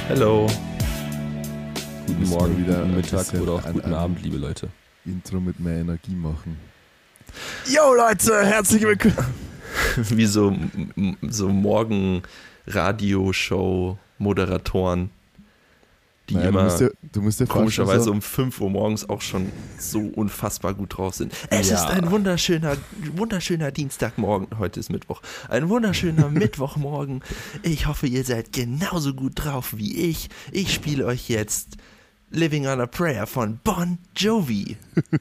Hello. Guten Morgen, wieder guten Mittag ein oder auch bisschen guten Abend, liebe Leute. Intro mit mehr Energie machen. Yo Leute, herzlich willkommen. Wie so Morgen-Radio-Show-Moderatoren, die Naja, immer du musst dir komischerweise so, um 5 Uhr morgens auch schon so unfassbar gut drauf sind. Es Ja. ist ein wunderschöner Dienstagmorgen. Heute ist Mittwoch. Ein wunderschöner Mittwochmorgen. Ich hoffe, ihr seid genauso gut drauf wie ich. Ich spiele euch jetzt Living on a Prayer von Bon Jovi.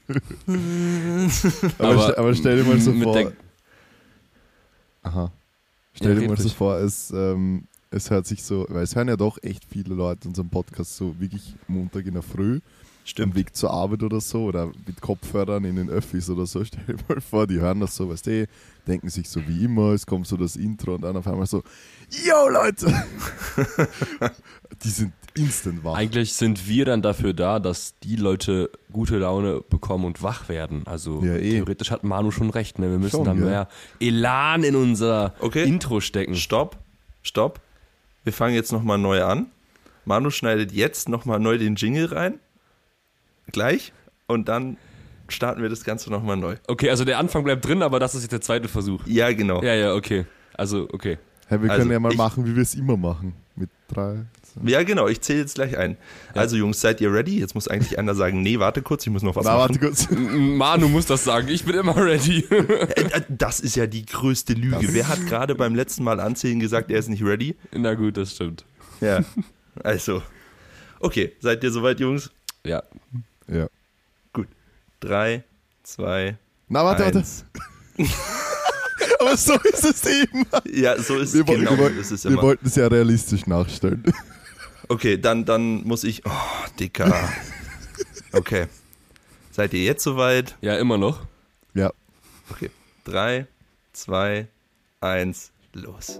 aber stell dir mal so mit vor. der- Aha. Ja, Stell dir red mal so ruhig. vor, es hört sich so, weil es hören ja doch echt viele Leute unseren Podcast so wirklich Montag in der Früh. Am Weg zur Arbeit oder so oder mit Kopfhörern in den Öffis oder so. Stell dir mal vor, die hören das so, weißt du, denken sich so wie immer, es kommt so das Intro und dann auf einmal so, yo Leute! Die sind instant wach. Eigentlich sind wir dann dafür da, dass die Leute gute Laune bekommen und wach werden. Also Ja, theoretisch hat Manu schon recht, ne? Wir müssen Schon, da gell? mehr Elan in unser Okay. Intro stecken. Stopp. Wir fangen jetzt nochmal neu an. Manu schneidet jetzt nochmal neu den Jingle rein. Gleich. Und dann starten wir das Ganze nochmal neu. Okay, also der Anfang bleibt drin, aber das ist jetzt der zweite Versuch. Ja, genau. Ja, okay. Also, okay. Hey, wir Also, können ja mal ich- machen, wie wir es immer machen. Mit 3. Ja, genau. Ich zähle jetzt gleich ein. Also, Jungs, seid ihr ready? Jetzt muss eigentlich einer sagen, nee, warte kurz, ich muss noch was Na, machen. warte kurz. Manu muss das sagen, ich bin immer ready. Das ist ja die größte Lüge. Wer hat gerade beim letzten Mal anzählen gesagt, er ist nicht ready? Na gut, das stimmt. Ja. Also. Okay, seid ihr soweit, Jungs? Ja. Ja. 3, 2, Na, warte. 1. Aber so ist es eben. Ja, so ist Wir, genau, wollten- ist es wir immer. wollten es ja realistisch nachstellen. Okay, dann muss ich. Oh, Dicker. Okay. Seid ihr jetzt soweit? Ja, immer noch. Ja. Okay. 3, 2, 1, los.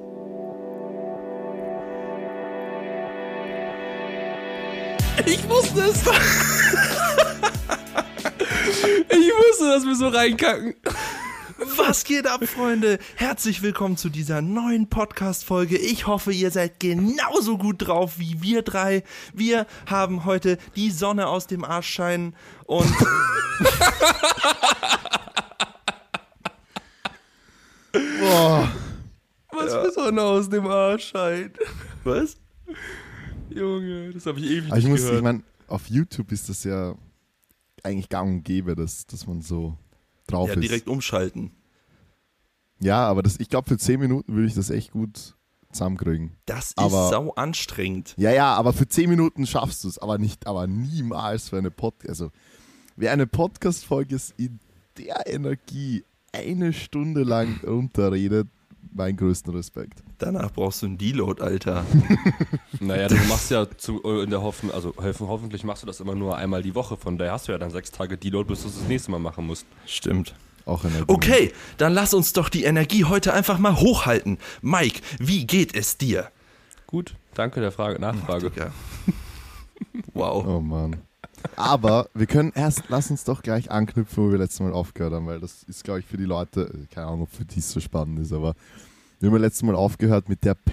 Ich wusste es. Ich wusste, dass wir so reinkacken. Was geht ab, Freunde? Herzlich willkommen zu dieser neuen Podcast-Folge. Ich hoffe, ihr seid genauso gut drauf wie wir drei. Wir haben heute die Sonne aus dem Arsch scheinen und Boah. Was für Sonne aus dem Arsch scheint. was? Junge, das habe ich ewig Aber ich nicht gehört. meine, auf YouTube ist das ja eigentlich gang und gäbe, dass man so drauf Ja, ist. direkt umschalten. Ja, aber ich glaube, für 10 Minuten würde ich das echt gut zusammenkriegen. Das ist Aber- sau anstrengend. Ja, aber für 10 Minuten schaffst du es, aber niemals für eine Also, wer eine Podcast-Folge ist, in der Energie 1 Stunde lang runterredet, mein größten Respekt. Danach brauchst du einen Deload, Alter. Naja, du machst ja in der hoffentlich machst du das immer nur einmal die Woche. Von daher hast du ja dann 6 Tage Deload, bis du es das nächste Mal machen musst. Stimmt. Auch Energie. Okay, dann lass uns doch die Energie heute einfach mal hochhalten. Mike, wie geht es dir? Gut, danke der Nachfrage. Digga. Wow. Oh Mann. Aber wir können lass uns doch gleich anknüpfen, wo wir letztes Mal aufgehört haben, weil das ist, glaube ich, für die Leute, keine Ahnung, ob für die es so spannend ist, aber wir haben ja letztes Mal aufgehört mit der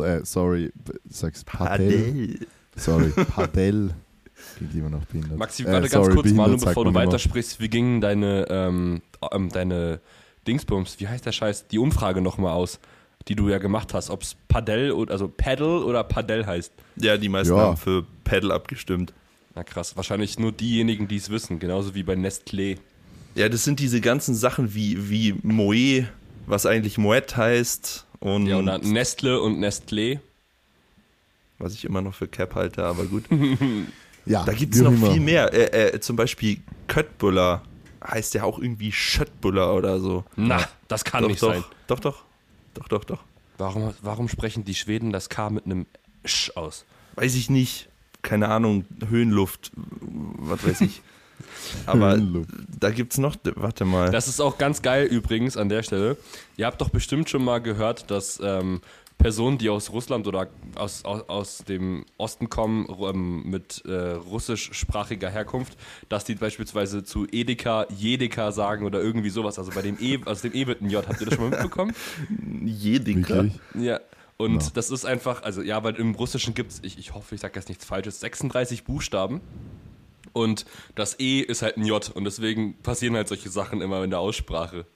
Padel. Sorry, Padel. Klingt immer noch behindert. Maxi, warte ganz sorry, kurz, Manu, behindert sagt bevor du man immer. weitersprichst, wie ging deine Dingsbums, wie heißt der Scheiß, die Umfrage nochmal aus, die du ja gemacht hast, ob es Padel oder Padel heißt. Ja, die meisten Ja. haben für Paddle abgestimmt. Na krass, wahrscheinlich nur diejenigen, die es wissen, genauso wie bei Nestlé. Ja, das sind diese ganzen Sachen wie Moe, was eigentlich Moet heißt und Ja, und dann Nestle und Nestlé. was ich immer noch für Cap halte, aber gut. Ja, Da gibt es wie noch auch immer. viel mehr. Zum Beispiel Köttbullar heißt ja auch irgendwie Schöttbullar oder so. Na, das kann nicht sein. Doch. Warum sprechen die Schweden das K mit einem Sch aus? Weiß ich nicht. Keine Ahnung, Höhenluft, was weiß ich. Aber Höhenluft. da gibt's noch, warte mal. Das ist auch ganz geil übrigens an der Stelle. Ihr habt doch bestimmt schon mal gehört, dass Personen, die aus Russland oder aus dem Osten kommen, mit russischsprachiger Herkunft, dass die beispielsweise zu Edeka Jedeka sagen oder irgendwie sowas. Also bei dem E, aus dem E mit einem J. Habt ihr das schon mal mitbekommen? Jedinka. Wirklich? Ja. Und das ist einfach, also ja, weil im Russischen gibt es, ich hoffe, ich sage jetzt nichts Falsches, 36 Buchstaben. Und das E ist halt ein J und deswegen passieren halt solche Sachen immer in der Aussprache.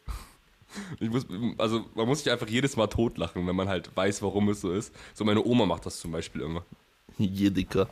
Man muss sich einfach jedes Mal totlachen, wenn man halt weiß, warum es so ist. So meine Oma macht das zum Beispiel immer. Je dicker.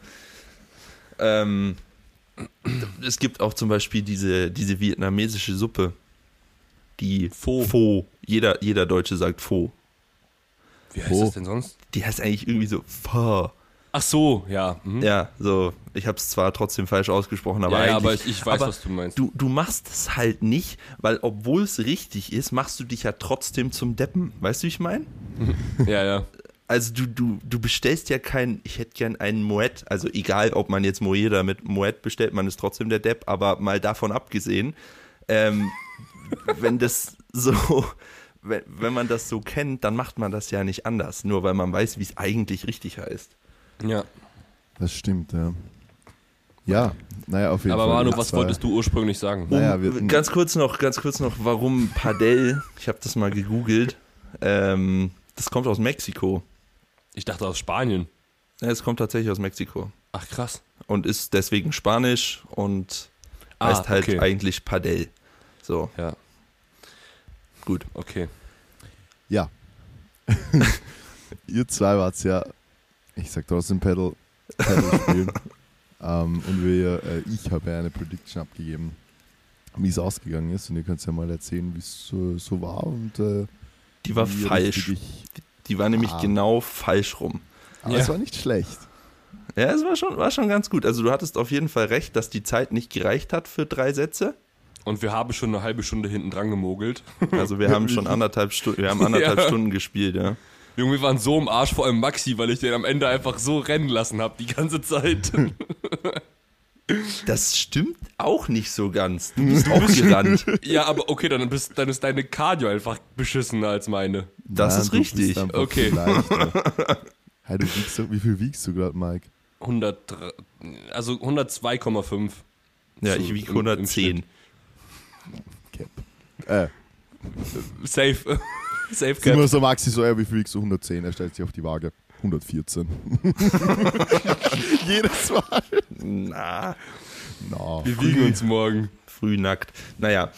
Es gibt auch zum Beispiel diese vietnamesische Suppe, die Pho. Jeder Deutsche sagt Pho. Wie heißt das denn sonst? Die heißt eigentlich irgendwie so Pho. Ach so, ja. Mhm. Ja, so, ich habe es zwar trotzdem falsch ausgesprochen, aber eigentlich... aber ich weiß, was du meinst. Du machst es halt nicht, weil obwohl es richtig ist, machst du dich ja trotzdem zum Deppen. Weißt du, wie ich meine? Ja. Also du bestellst ja ich hätte gern einen Moet, also egal, ob man jetzt Moe oder mit Moet bestellt, man ist trotzdem der Depp, aber mal davon abgesehen, wenn das so... Wenn man das so kennt, dann macht man das ja nicht anders, nur weil man weiß, wie es eigentlich richtig heißt. Ja. Das stimmt, ja. Ja, naja, auf jeden Fall. Aber Manu, was wolltest du ursprünglich sagen? Ganz kurz noch, warum Padel? Ich habe das mal gegoogelt. Das kommt aus Mexiko. Ich dachte aus Spanien. Ja, es kommt tatsächlich aus Mexiko. Ach, krass. Und ist deswegen Spanisch und heißt halt eigentlich Padel. So. Ja. Gut. Okay. Ja. Ihr zwei wart ja, ich sag trotzdem Paddle spielen. Und ich habe ja eine Prediction abgegeben, wie es ausgegangen ist. Und ihr könnt ja mal erzählen, wie es so war. Und die war falsch. Die war nämlich genau falsch rum. Aber es war nicht schlecht. Ja, es war schon ganz gut. Also du hattest auf jeden Fall recht, dass die Zeit nicht gereicht hat für 3 Sätze. Und wir haben schon eine halbe Stunde hinten dran gemogelt. Also wir haben schon anderthalb Stunden gespielt, ja. Junge, wir waren so im Arsch, vor allem Maxi, weil ich den am Ende einfach so rennen lassen habe, die ganze Zeit. Das stimmt auch nicht so ganz. Du bist auch gerannt. Ja, aber okay, dann ist deine Cardio einfach beschissener als meine. Das ist richtig. Okay. Hey, wie viel wiegst du gerade, Mike? 102,5. Ja, so ich wiege 110. Cap. Safe. Safe Cap. Immer so Maxi so, wie viel wiegst du? 110, er stellt sich auf die Waage. 114. Jedes Mal. Na. Wir wiegen uns morgen. Früh nackt. Naja,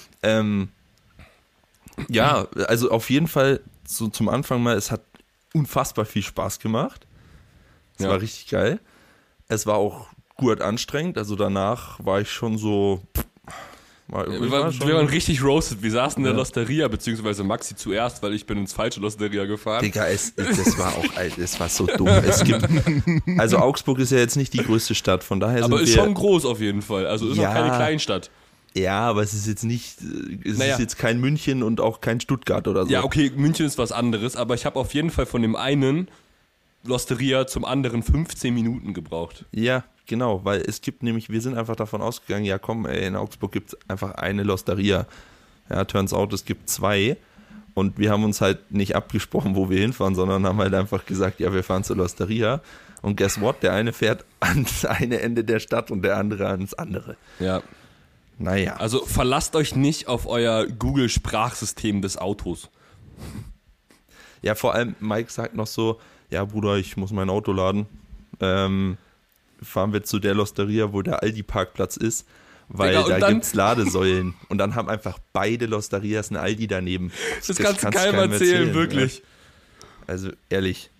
ja, also auf jeden Fall so zum Anfang mal, es hat unfassbar viel Spaß gemacht. Es war richtig geil. Es war auch gut anstrengend, also danach war ich schon so... Wir waren richtig roasted. Wir saßen in der Losteria, beziehungsweise Maxi zuerst, weil ich bin ins falsche Losteria gefahren. Digga, das war so dumm. Also Augsburg ist ja jetzt nicht die größte Stadt, von daher aber ist schon groß auf jeden Fall. Also ist auch keine Kleinstadt. Ja, aber es ist jetzt nicht, ist jetzt kein München und auch kein Stuttgart oder so. Ja, okay, München ist was anderes, aber ich habe auf jeden Fall von dem einen Losteria zum anderen 15 Minuten gebraucht. Ja, genau, weil es gibt nämlich, wir sind einfach davon ausgegangen, ja komm, in Augsburg gibt es einfach eine Losteria. Ja, turns out, es gibt 2 und wir haben uns halt nicht abgesprochen, wo wir hinfahren, sondern haben halt einfach gesagt, ja, wir fahren zur Losteria und guess what, der eine fährt ans eine Ende der Stadt und der andere ans andere. Ja. Naja. Also verlasst euch nicht auf euer Google-Sprachsystem des Autos. Ja, vor allem Mike sagt noch so, ja Bruder, ich muss mein Auto laden. Fahren wir zu der Losteria, wo der Aldi-Parkplatz ist, weil Digga, da gibt's Ladesäulen. Und dann haben einfach beide Losterias ein Aldi daneben. Das kannst du keinem erzählen, wirklich. Ja. Also ehrlich.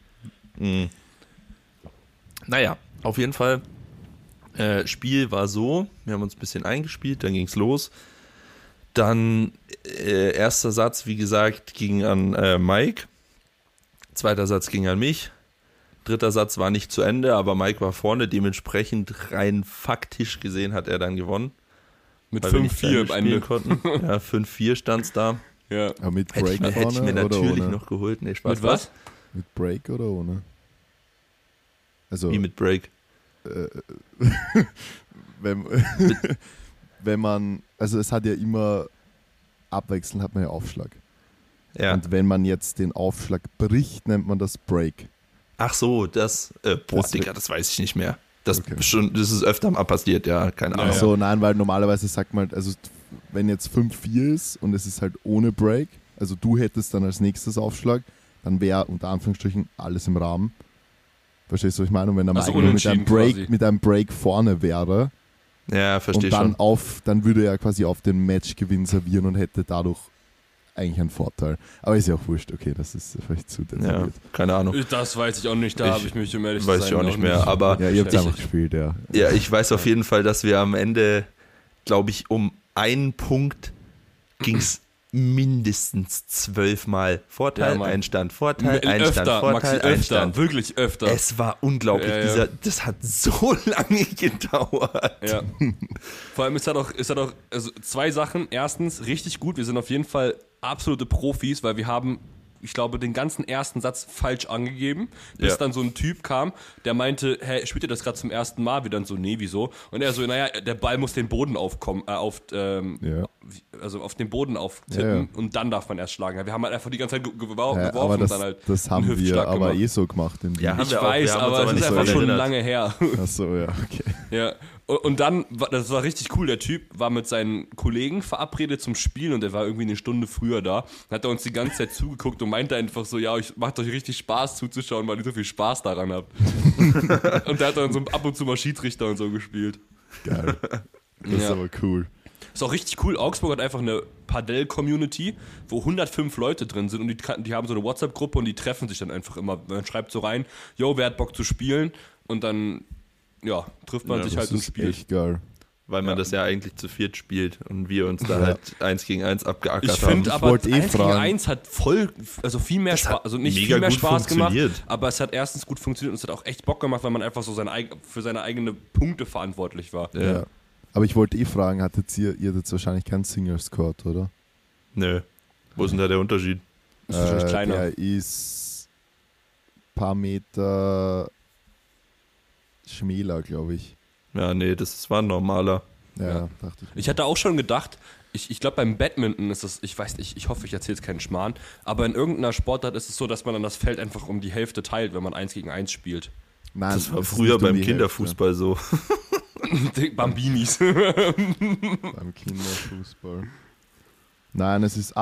Naja, auf jeden Fall. Spiel war so, wir haben uns ein bisschen eingespielt, dann ging's los. Dann erster Satz, wie gesagt, ging an Mike. Zweiter Satz ging an mich. Dritter Satz war nicht zu Ende, aber Mike war vorne. Dementsprechend rein faktisch gesehen hat er dann gewonnen. Mit 5-4 am Ende. Ja, 5-4 stand es da. Ja. Aber mit Break hätte ich mir natürlich noch geholt. Nee, Spaß. Mit was? Mit Break oder ohne? Also, wie mit Break? Wenn man, also es hat ja immer, abwechselnd hat man ja Aufschlag. Ja. Und wenn man jetzt den Aufschlag bricht, nennt man das Break. Ach so, Digga, das weiß ich nicht mehr. Das ist öfter mal passiert, ja, keine Ahnung. Ach so, nein, weil normalerweise sagt man, also wenn jetzt 5-4 ist und es ist halt ohne Break, also du hättest dann als nächstes Aufschlag, dann wäre unter Anführungsstrichen alles im Rahmen. Verstehst du, was ich meine? Und wenn der Also Mike nur unentschieden quasi. mit einem Break vorne wäre Ja, verstehe und dann schon. dann würde er quasi auf den Matchgewinn servieren und hätte dadurch eigentlich einen Vorteil. Aber ist ja auch wurscht, okay, das ist vielleicht zu Ja, detailliert. keine Ahnung. Das weiß ich auch nicht, da Ich habe ich mich, um ehrlich zu sein, Weiß ich auch nicht mehr, aber Ja, ihr habt Ich- einfach gespielt, ja. ja, ich weiß auf jeden Fall, dass wir am Ende, glaube ich, um einen Punkt ging es mindestens 12 Mal Vorteil, Ja, Mann. Einstand, Vorteil, Einstand, Öfter, Vorteil, Maxi, öfter, Einstand. wirklich öfter. Es war unglaublich, Ja, ja. das hat so lange gedauert. Ja. Vor allem ist er doch, also zwei Sachen. Erstens, richtig gut, wir sind auf jeden Fall absolute Profis, weil wir haben, ich glaube, den ganzen ersten Satz falsch angegeben, bis Ja. dann so ein Typ kam, der meinte, hey, spielt ihr das gerade zum ersten Mal? Wir dann so, nee, wieso? Und er so, naja, der Ball muss den Boden also auf den Boden auftippen Ja, ja. und dann darf man erst schlagen. Ja, wir haben halt einfach die ganze Zeit Ja, geworfen aber und dann halt das einen haben wir Hüftschlag aber gemacht. so gemacht. In Ja, haben Ich wir auch, weiß, wir haben uns aber aber es ist nicht so einfach schon erinnert. lange her. Achso, ja, okay. Ja, und dann, das war richtig cool, der Typ war mit seinen Kollegen verabredet zum Spielen und der war irgendwie eine Stunde früher da. Dann hat er uns die ganze Zeit zugeguckt und meinte einfach so, ja, macht euch richtig Spaß zuzuschauen, weil ihr so viel Spaß daran habt. Und der hat dann so ab und zu mal Schiedsrichter und so gespielt. Geil. Das ist Ja. aber cool. Ist auch richtig cool. Augsburg hat einfach eine Padel-Community, wo 105 Leute drin sind und die haben so eine WhatsApp-Gruppe und die treffen sich dann einfach immer. Man schreibt so rein, yo, wer hat Bock zu spielen? Und dann, ja, trifft man Ja, sich Das halt und ist spielt. echt geil. Weil man Ja. das ja eigentlich zu viert spielt und wir uns da Ja. halt 1 gegen 1 abgeackert Ich haben. finde Ich aber wollte 1 gegen fragen. 1 hat viel mehr Das Spaß, hat also nicht mega viel mehr gut Spaß gemacht, funktioniert. aber es hat erstens gut funktioniert und es hat auch echt Bock gemacht, weil man einfach so für seine eigenen Punkte verantwortlich war. Ja. Ja. Aber ich wollte fragen, ihr hattet jetzt wahrscheinlich keinen Singles Court, oder? Nö. Wo ist denn da der Unterschied? Das ist wahrscheinlich kleiner. Der ist ein paar Meter schmäler, glaube ich. Ja, nee, das war ein normaler. Ja, Ja. dachte ich. Ich hatte auch schon gedacht, ich glaube beim Badminton ist das, ich weiß nicht, ich hoffe, ich erzähle jetzt keinen Schmarrn, aber in irgendeiner Sportart ist es so, dass man dann das Feld einfach um die Hälfte teilt, wenn man 1 gegen 1 spielt. Nein, Das war es ist früher nicht um beim die Kinderfußball so. Die Bambinis. Hälfte. Beim Kinderfußball. Nein, es ist,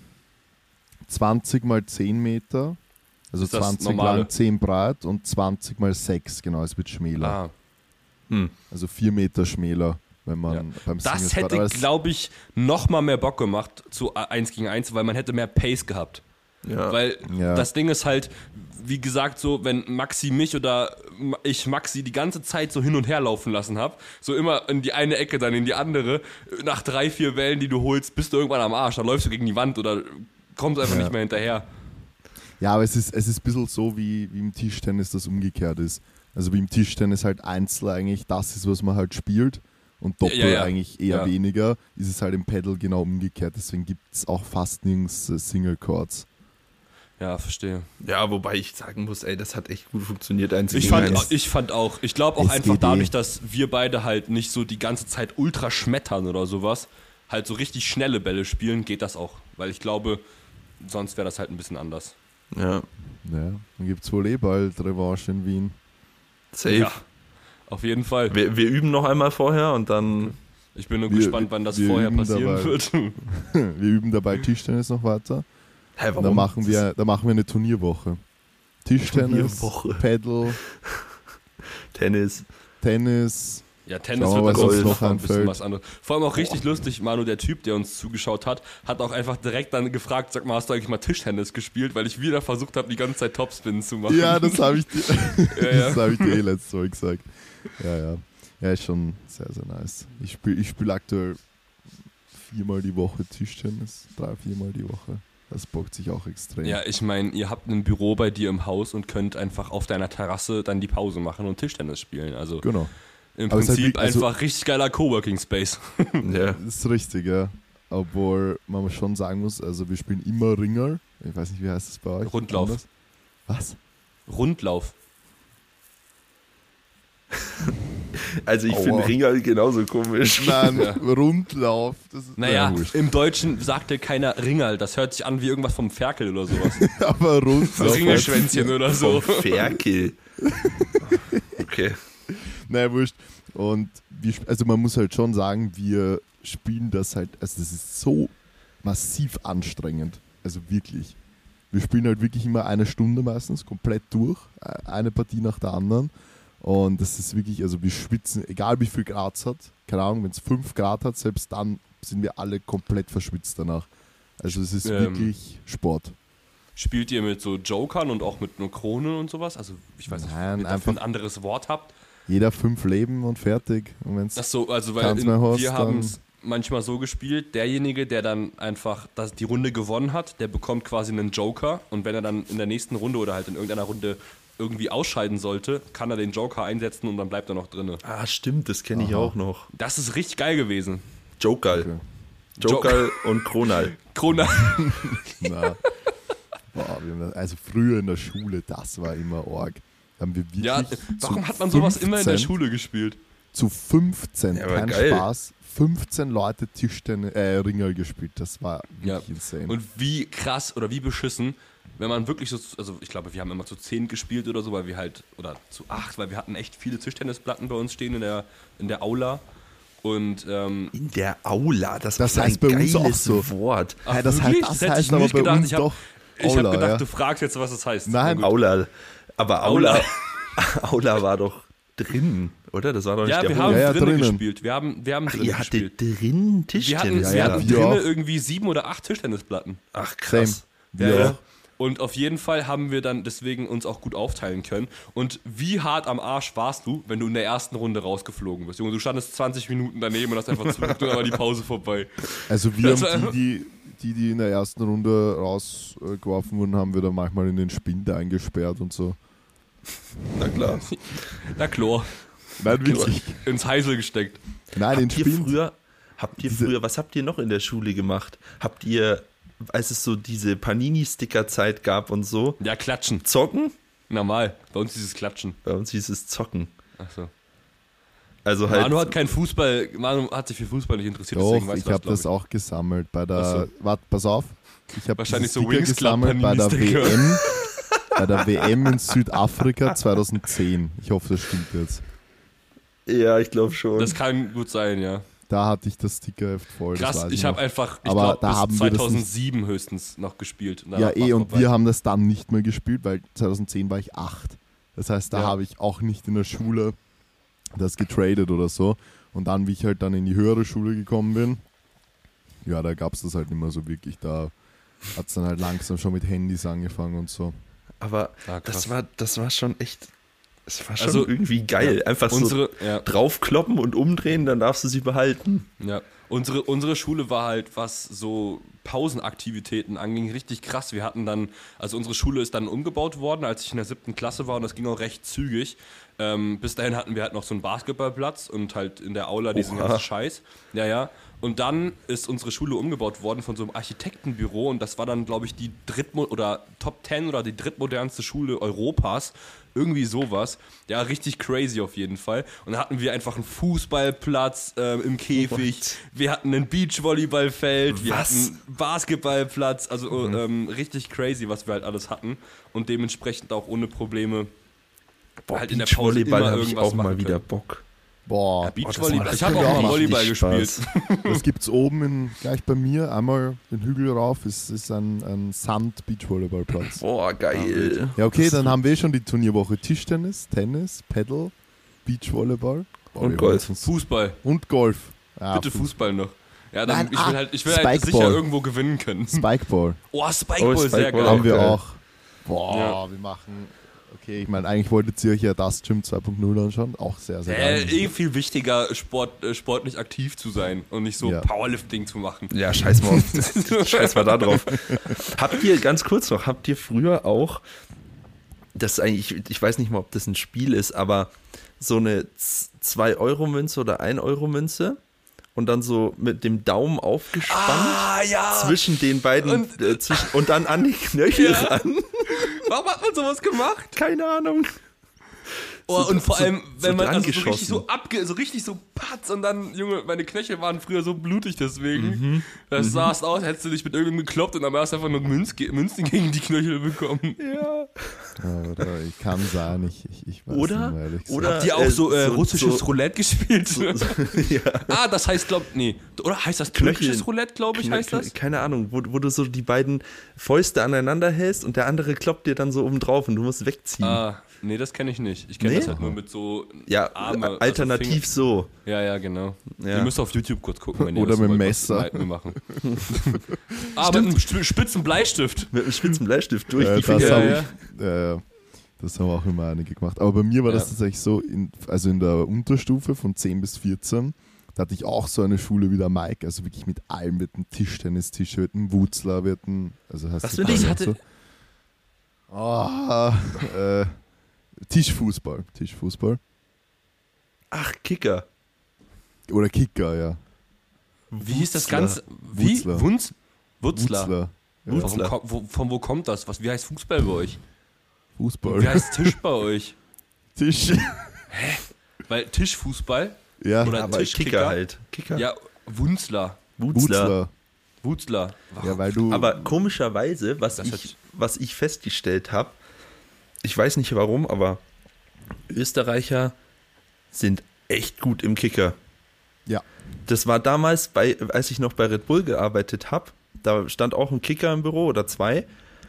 20 mal 10 Meter. Also Ist das 20 normale? lang, 10 breit und 20 mal 6, genau, es wird schmäler. Ah, Hm. Also 4 Meter schmäler, wenn man Ja. beim das Singles hätte, aber es- glaube ich, noch mal mehr Bock gemacht zu 1 gegen 1, weil man hätte mehr Pace gehabt. Ja. Weil Ja. das Ding ist halt, wie gesagt, so, wenn Maxi mich oder ich Maxi die ganze Zeit so hin und her laufen lassen habe, so immer in die eine Ecke, dann in die andere, nach 3, 4 Wellen, die du holst, bist du irgendwann am Arsch, dann läufst du gegen die Wand oder kommst einfach Ja. nicht mehr hinterher. Ja, aber es ist ein bisschen so, wie im Tischtennis das umgekehrt ist. Also wie im Tischtennis halt Einzel eigentlich das ist, was man halt spielt und Doppel Ja. eigentlich eher Ja. weniger, ist es halt im Paddle genau umgekehrt. Deswegen gibt es auch fast nirgends Single Chords. Ja, verstehe. Ja, wobei ich sagen muss, ey, das hat echt gut funktioniert. 1 Ich gegen fand, 1. ich fand auch, ich glaube auch einfach SGD. dadurch, dass wir beide halt nicht so die ganze Zeit ultra schmettern oder sowas, halt so richtig schnelle Bälle spielen, geht das auch. Weil ich glaube, sonst wäre das halt ein bisschen anders. Ja, Ja, dann gibt es wohl bald Revanche in Wien. safe. Ja, auf jeden Fall. Wir üben noch einmal vorher und dann. Ich bin nur Wir- gespannt, wann das wir vorher üben passieren dabei. wird. Wir üben dabei Tischtennis noch weiter. Hä, Und dann machen wir eine Turnierwoche. Tischtennis, Turnierwoche. Paddle, Tennis. Tennis. Ja, Tennis Schauen wir wird mal, dann was sonst noch noch ein bisschen anfällt. was anderes. Vor allem auch richtig lustig, Manu, der Typ, der uns zugeschaut hat auch einfach direkt dann gefragt, sag mal, hast du eigentlich mal Tischtennis gespielt? Weil ich wieder versucht habe, die ganze Zeit Topspin zu machen. Ja, das habe ich dir, Ja. das hab ich dir letztes Mal gesagt. Ja. Ja, ist schon sehr, sehr nice. Ich spiel aktuell 4-mal die Woche Tischtennis. 3-4-mal die Woche. Das bockt sich auch extrem. Ja, ich meine, ihr habt ein Büro bei dir im Haus und könnt einfach auf deiner Terrasse dann die Pause machen und Tischtennis spielen. Also Genau. im Aber es ist halt Prinzip wirklich- also- einfach richtig geiler Coworking Space. Ja. Das ist richtig, ja. Obwohl man schon sagen muss, also wir spielen immer Ringerl. Ich weiß nicht, wie heißt das bei euch? Rundlauf. Anders? Was? Rundlauf. Also ich Aua. finde Ringerl genauso komisch. Nein, Ja. Rundlauf. Das ist Naja, wurscht. im Deutschen sagte keiner Ringerl. Das hört sich an wie irgendwas vom Ferkel oder sowas. Aber Rundlauf. Ringelschwänzchen oder so. Vom Ferkel. Okay. Naja, wurscht. Und also man muss halt schon sagen, wir spielen das halt, also das ist so massiv anstrengend. Also wirklich. wir spielen halt wirklich immer eine Stunde meistens, komplett durch, eine Partie nach der anderen. Und das ist wirklich, also wir schwitzen, egal wie viel Grad es hat, keine Ahnung, wenn es 5 Grad hat, selbst dann sind wir alle komplett verschwitzt danach. Also es ist wirklich Sport. Spielt ihr mit so Jokern und auch mit nur Kronen und sowas? Also ich weiß nicht, ob ihr dafür ein anderes Wort habt. Jeder 5 Leben und fertig. Und wenn's Achso, also weil wir haben es manchmal so gespielt, derjenige, der dann einfach die Runde gewonnen hat, der bekommt quasi einen Joker und wenn er dann in der nächsten Runde oder halt in irgendeiner Runde irgendwie ausscheiden sollte, kann er den Joker einsetzen und dann bleibt er noch drin. Ah, stimmt, das kenne ich auch noch. Das ist richtig geil gewesen. Joker. Okay. Joker und Kronal. Kronal. Na. Boah, also früher in der Schule, das war immer arg. Haben wir wirklich warum hat man sowas immer in der Schule gespielt? Zu 15, ja, kein geil. Spaß, 15 Leute Ringel gespielt, das war wirklich insane. Und wie krass oder wie beschissen, wenn man wirklich so, also ich glaube, wir haben immer zu 10 gespielt oder so, weil wir halt, oder zu 8, weil wir hatten echt viele Tischtennisplatten bei uns stehen in der Aula. Und, in der Aula, das heißt ein bei uns geiles auch so. Wort. Ach, das heißt aber bei uns doch Ich habe gedacht, ja. du fragst jetzt, was das heißt. Nein, Aula. Aber Aula war doch drin, oder? Das war doch nicht ja, der wir haben drinnen drinnen gespielt. Wir haben drinnen gespielt. Ihr hattet drinnen Tischtennis? Wir hatten drinnen irgendwie 7 oder 8 Tischtennisplatten. Ach, krass. Ja. Und auf jeden Fall haben wir dann deswegen uns auch gut aufteilen können. Und wie hart am Arsch warst du, wenn du in der ersten Runde rausgeflogen bist? Junge, du standest 20 Minuten daneben und hast einfach zugeguckt und dann war die Pause vorbei. Also wir haben die in der ersten Runde rausgeworfen wurden, haben wir dann manchmal in den Spind eingesperrt und so. Na klar. Na Chlor. Nein, wirklich. Ins Heisel gesteckt. Nein, in Spind. Habt ihr früher, was habt ihr noch in der Schule gemacht? Habt ihr, als es so diese Panini-Sticker-Zeit gab und so? Ja, klatschen. Zocken? Normal. Bei uns hieß es klatschen. Bei uns hieß es zocken. Ach so. Also halt. Manu hat sich für Fußball nicht interessiert. Doch, deswegen weiß ich habe das auch gesammelt bei der, warte, pass auf. Ich habe wahrscheinlich so Sticker Wings gesammelt bei der WM. Bei der WM in Südafrika 2010. Ich hoffe, das stimmt jetzt. Ja, ich glaube schon. Das kann gut sein, ja. Da hatte ich das Stickerheft voll. Krass, ich habe einfach, ich glaube, bis 2007 höchstens noch gespielt. Und und wir haben das dann nicht mehr gespielt, weil 2010 war ich 8. Das heißt, da habe ich auch nicht in der Schule das getradet oder so. Und dann, wie ich halt dann in die höhere Schule gekommen bin, ja, da gab es das halt nicht mehr so wirklich. Da hat es dann halt langsam schon mit Handys angefangen und so. Aber das war schon echt, es war schon irgendwie geil. Einfach draufkloppen und umdrehen, dann darfst du sie behalten. Ja, unsere Schule war halt, was so Pausenaktivitäten anging, richtig krass. Wir hatten dann, also unsere Schule ist dann umgebaut worden, als ich in der 7. Klasse war und das ging auch recht zügig. Bis dahin hatten wir halt noch so einen Basketballplatz und halt in der Aula diesen ganzen Scheiß. Ja. Und dann ist unsere Schule umgebaut worden von so einem Architektenbüro und das war dann, glaube ich, die Top 10 oder die drittmodernste Schule Europas. Irgendwie sowas. Ja, richtig crazy auf jeden Fall. Und dann hatten wir einfach einen Fußballplatz im Käfig. Wir hatten ein Beachvolleyballfeld. Wir hatten einen Basketballplatz. Also richtig crazy, was wir halt alles hatten. Und dementsprechend auch ohne Probleme halt in der Pause immer irgendwas auch mal wieder Bock. Boah, ja, Beachvolleyball. Ich habe auch mal Volleyball gespielt. Das gibt's oben gleich bei mir, einmal den Hügel rauf, ist ein Sand-Beachvolleyballplatz. Boah, geil. Ja, okay, dann haben wir schon die Turnierwoche Tischtennis, Tennis, Paddle, Beachvolleyball und Golf. Fußball. Und Golf. Ja, bitte Fußball noch. Ja, dann, Nein, ich will halt sicher irgendwo gewinnen können. Spikeball. Oh, Spikeball, sehr geil. Haben wir auch. Boah, wir machen... Okay, ich meine, eigentlich wolltet ihr euch ja das Gym 2.0 anschauen. Auch sehr, sehr geil. Viel wichtiger, sportlich aktiv zu sein und nicht so Powerlifting zu machen. Ja, scheiß mal da drauf. Habt ihr früher auch, das ist eigentlich, ich weiß nicht mal, ob das ein Spiel ist, aber so eine 2-Euro-Münze oder 1-Euro-Münze und dann so mit dem Daumen aufgespannt zwischen den beiden und dann an die Knöchel ran. Warum hat man sowas gemacht? Keine Ahnung. Oh, und vor allem, wenn man also so richtig so patz und dann, Junge, meine Knöchel waren früher so blutig deswegen. Das sah aus, hättest du dich mit irgendjemandem gekloppt und dann hast du einfach nur Münzen gegen die Knöchel bekommen. Ja. Oder ich kann sein, ich weiß Oder- nicht mehr, ehrlich gesagt. oder- Habt ihr auch so, so- russisches so- Roulette gespielt? Ja. Das heißt, oder heißt das Knöchel. türkisches Roulette, glaube ich, heißt das? Keine Ahnung, wo du so die beiden Fäuste aneinander hältst und der andere kloppt dir dann so oben drauf und du musst wegziehen. Nee, das kenne ich nicht. Ich kenne Nee? das halt nur mit so Ja, Arme. also alternativ so. Finger. Ja, genau. Ja. Ihr müsst auf YouTube kurz gucken, wenn ihr Oder das mit dem wollt, Messer. was wir machen. Mit einem spitzen Bleistift. Mit einem spitzen Bleistift durch die das Finger. habe ich, das haben auch immer einige gemacht. Aber bei mir war das Ja. tatsächlich so, also in der Unterstufe von 10 bis 14, da hatte ich auch so eine Schule wie der Mike, also wirklich mit allem, wir hatten Tischtennistisch, wir hatten Wutzler, wir hatten, also heißt Was das für ein bei Ding? mir hatte- so? Tischfußball. Ach, Kicker. Oder Kicker, ja. Wie hieß das Wutzler. Ganze? Wie? Wutzler. Wutzler. Wutzler. Ja. Wutzler. Von wo kommt das? Wie heißt Fußball bei euch? Fußball. Wie heißt Tisch bei euch? Tisch. Weil Tischfußball? Ja, Oder Aber Tischkicker? Kicker halt. Kicker. Ja, Wunzler. Wutzler. Wutzler. Ja, weil du. Aber komischerweise, was Das hat- ich festgestellt habe, ich weiß nicht warum, aber Österreicher sind echt gut im Kicker. Ja. Das war damals, als ich noch bei Red Bull gearbeitet habe, da stand auch ein Kicker im Büro oder zwei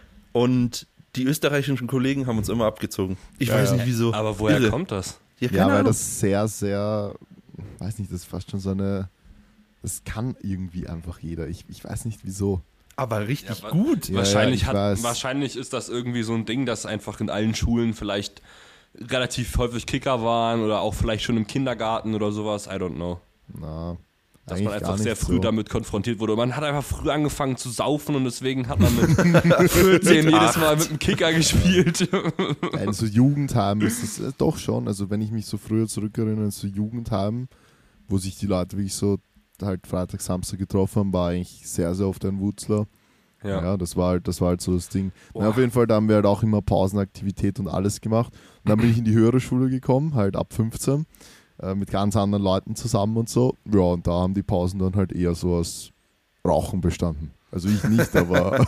und die österreichischen Kollegen haben uns immer abgezogen. Ich Ja, weiß ja. nicht wieso. Aber woher Irre. kommt das? Ja, Ja, keine weil Ahnung. das sehr, sehr, weiß nicht, das ist fast schon so eine, das kann irgendwie einfach jeder. Ich weiß nicht wieso. Aber richtig Ja, gut. Ja, wahrscheinlich, ich weiß. wahrscheinlich ist das irgendwie so ein Ding, dass einfach in allen Schulen vielleicht relativ häufig Kicker waren oder auch vielleicht schon im Kindergarten oder sowas. I don't know. Na, Dass eigentlich man einfach gar sehr nicht früh so. damit konfrontiert wurde. Man hat einfach früh angefangen zu saufen und deswegen hat man mit 14 jedes Mal mit dem Kicker gespielt. Also Jugendheim ist es doch schon, also wenn ich mich so früher zurückerinnere, so Jugendheim, wo sich die Leute wirklich so halt Freitag, Samstag getroffen haben, war eigentlich sehr, sehr oft ein Wutzler. Ja, das war halt so das Ding. Na, auf jeden Fall, da haben wir halt auch immer Pausenaktivität und alles gemacht. Und dann bin ich in die höhere Schule gekommen, halt ab 15, mit ganz anderen Leuten zusammen und so. Ja, und da haben die Pausen dann halt eher so aus Rauchen bestanden. Also ich nicht, aber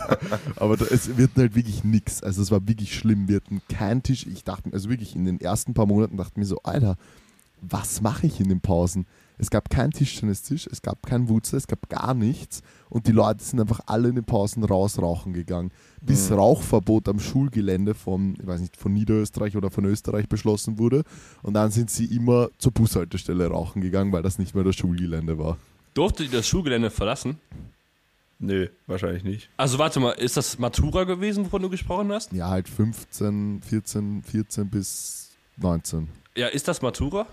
es wird halt wirklich nix. Also es war wirklich schlimm. Wir hatten keinen Tisch. Ich dachte, also wirklich in den ersten paar Monaten dachte ich mir so, Alter, was mache ich in den Pausen? Es gab keinen Tischtennistisch, es gab keinen Wutzler, es gab gar nichts. Und die Leute sind einfach alle in den Pausen raus rauchen gegangen. Bis Rauchverbot am Schulgelände von, ich weiß nicht, von Niederösterreich oder von Österreich beschlossen wurde. Und dann sind sie immer zur Bushaltestelle rauchen gegangen, weil das nicht mehr das Schulgelände war. Durfte die das Schulgelände verlassen? Nö, wahrscheinlich nicht. Also warte mal, ist das Matura gewesen, wovon du gesprochen hast? Ja, halt 14 bis 19. Ja, ist das Matura?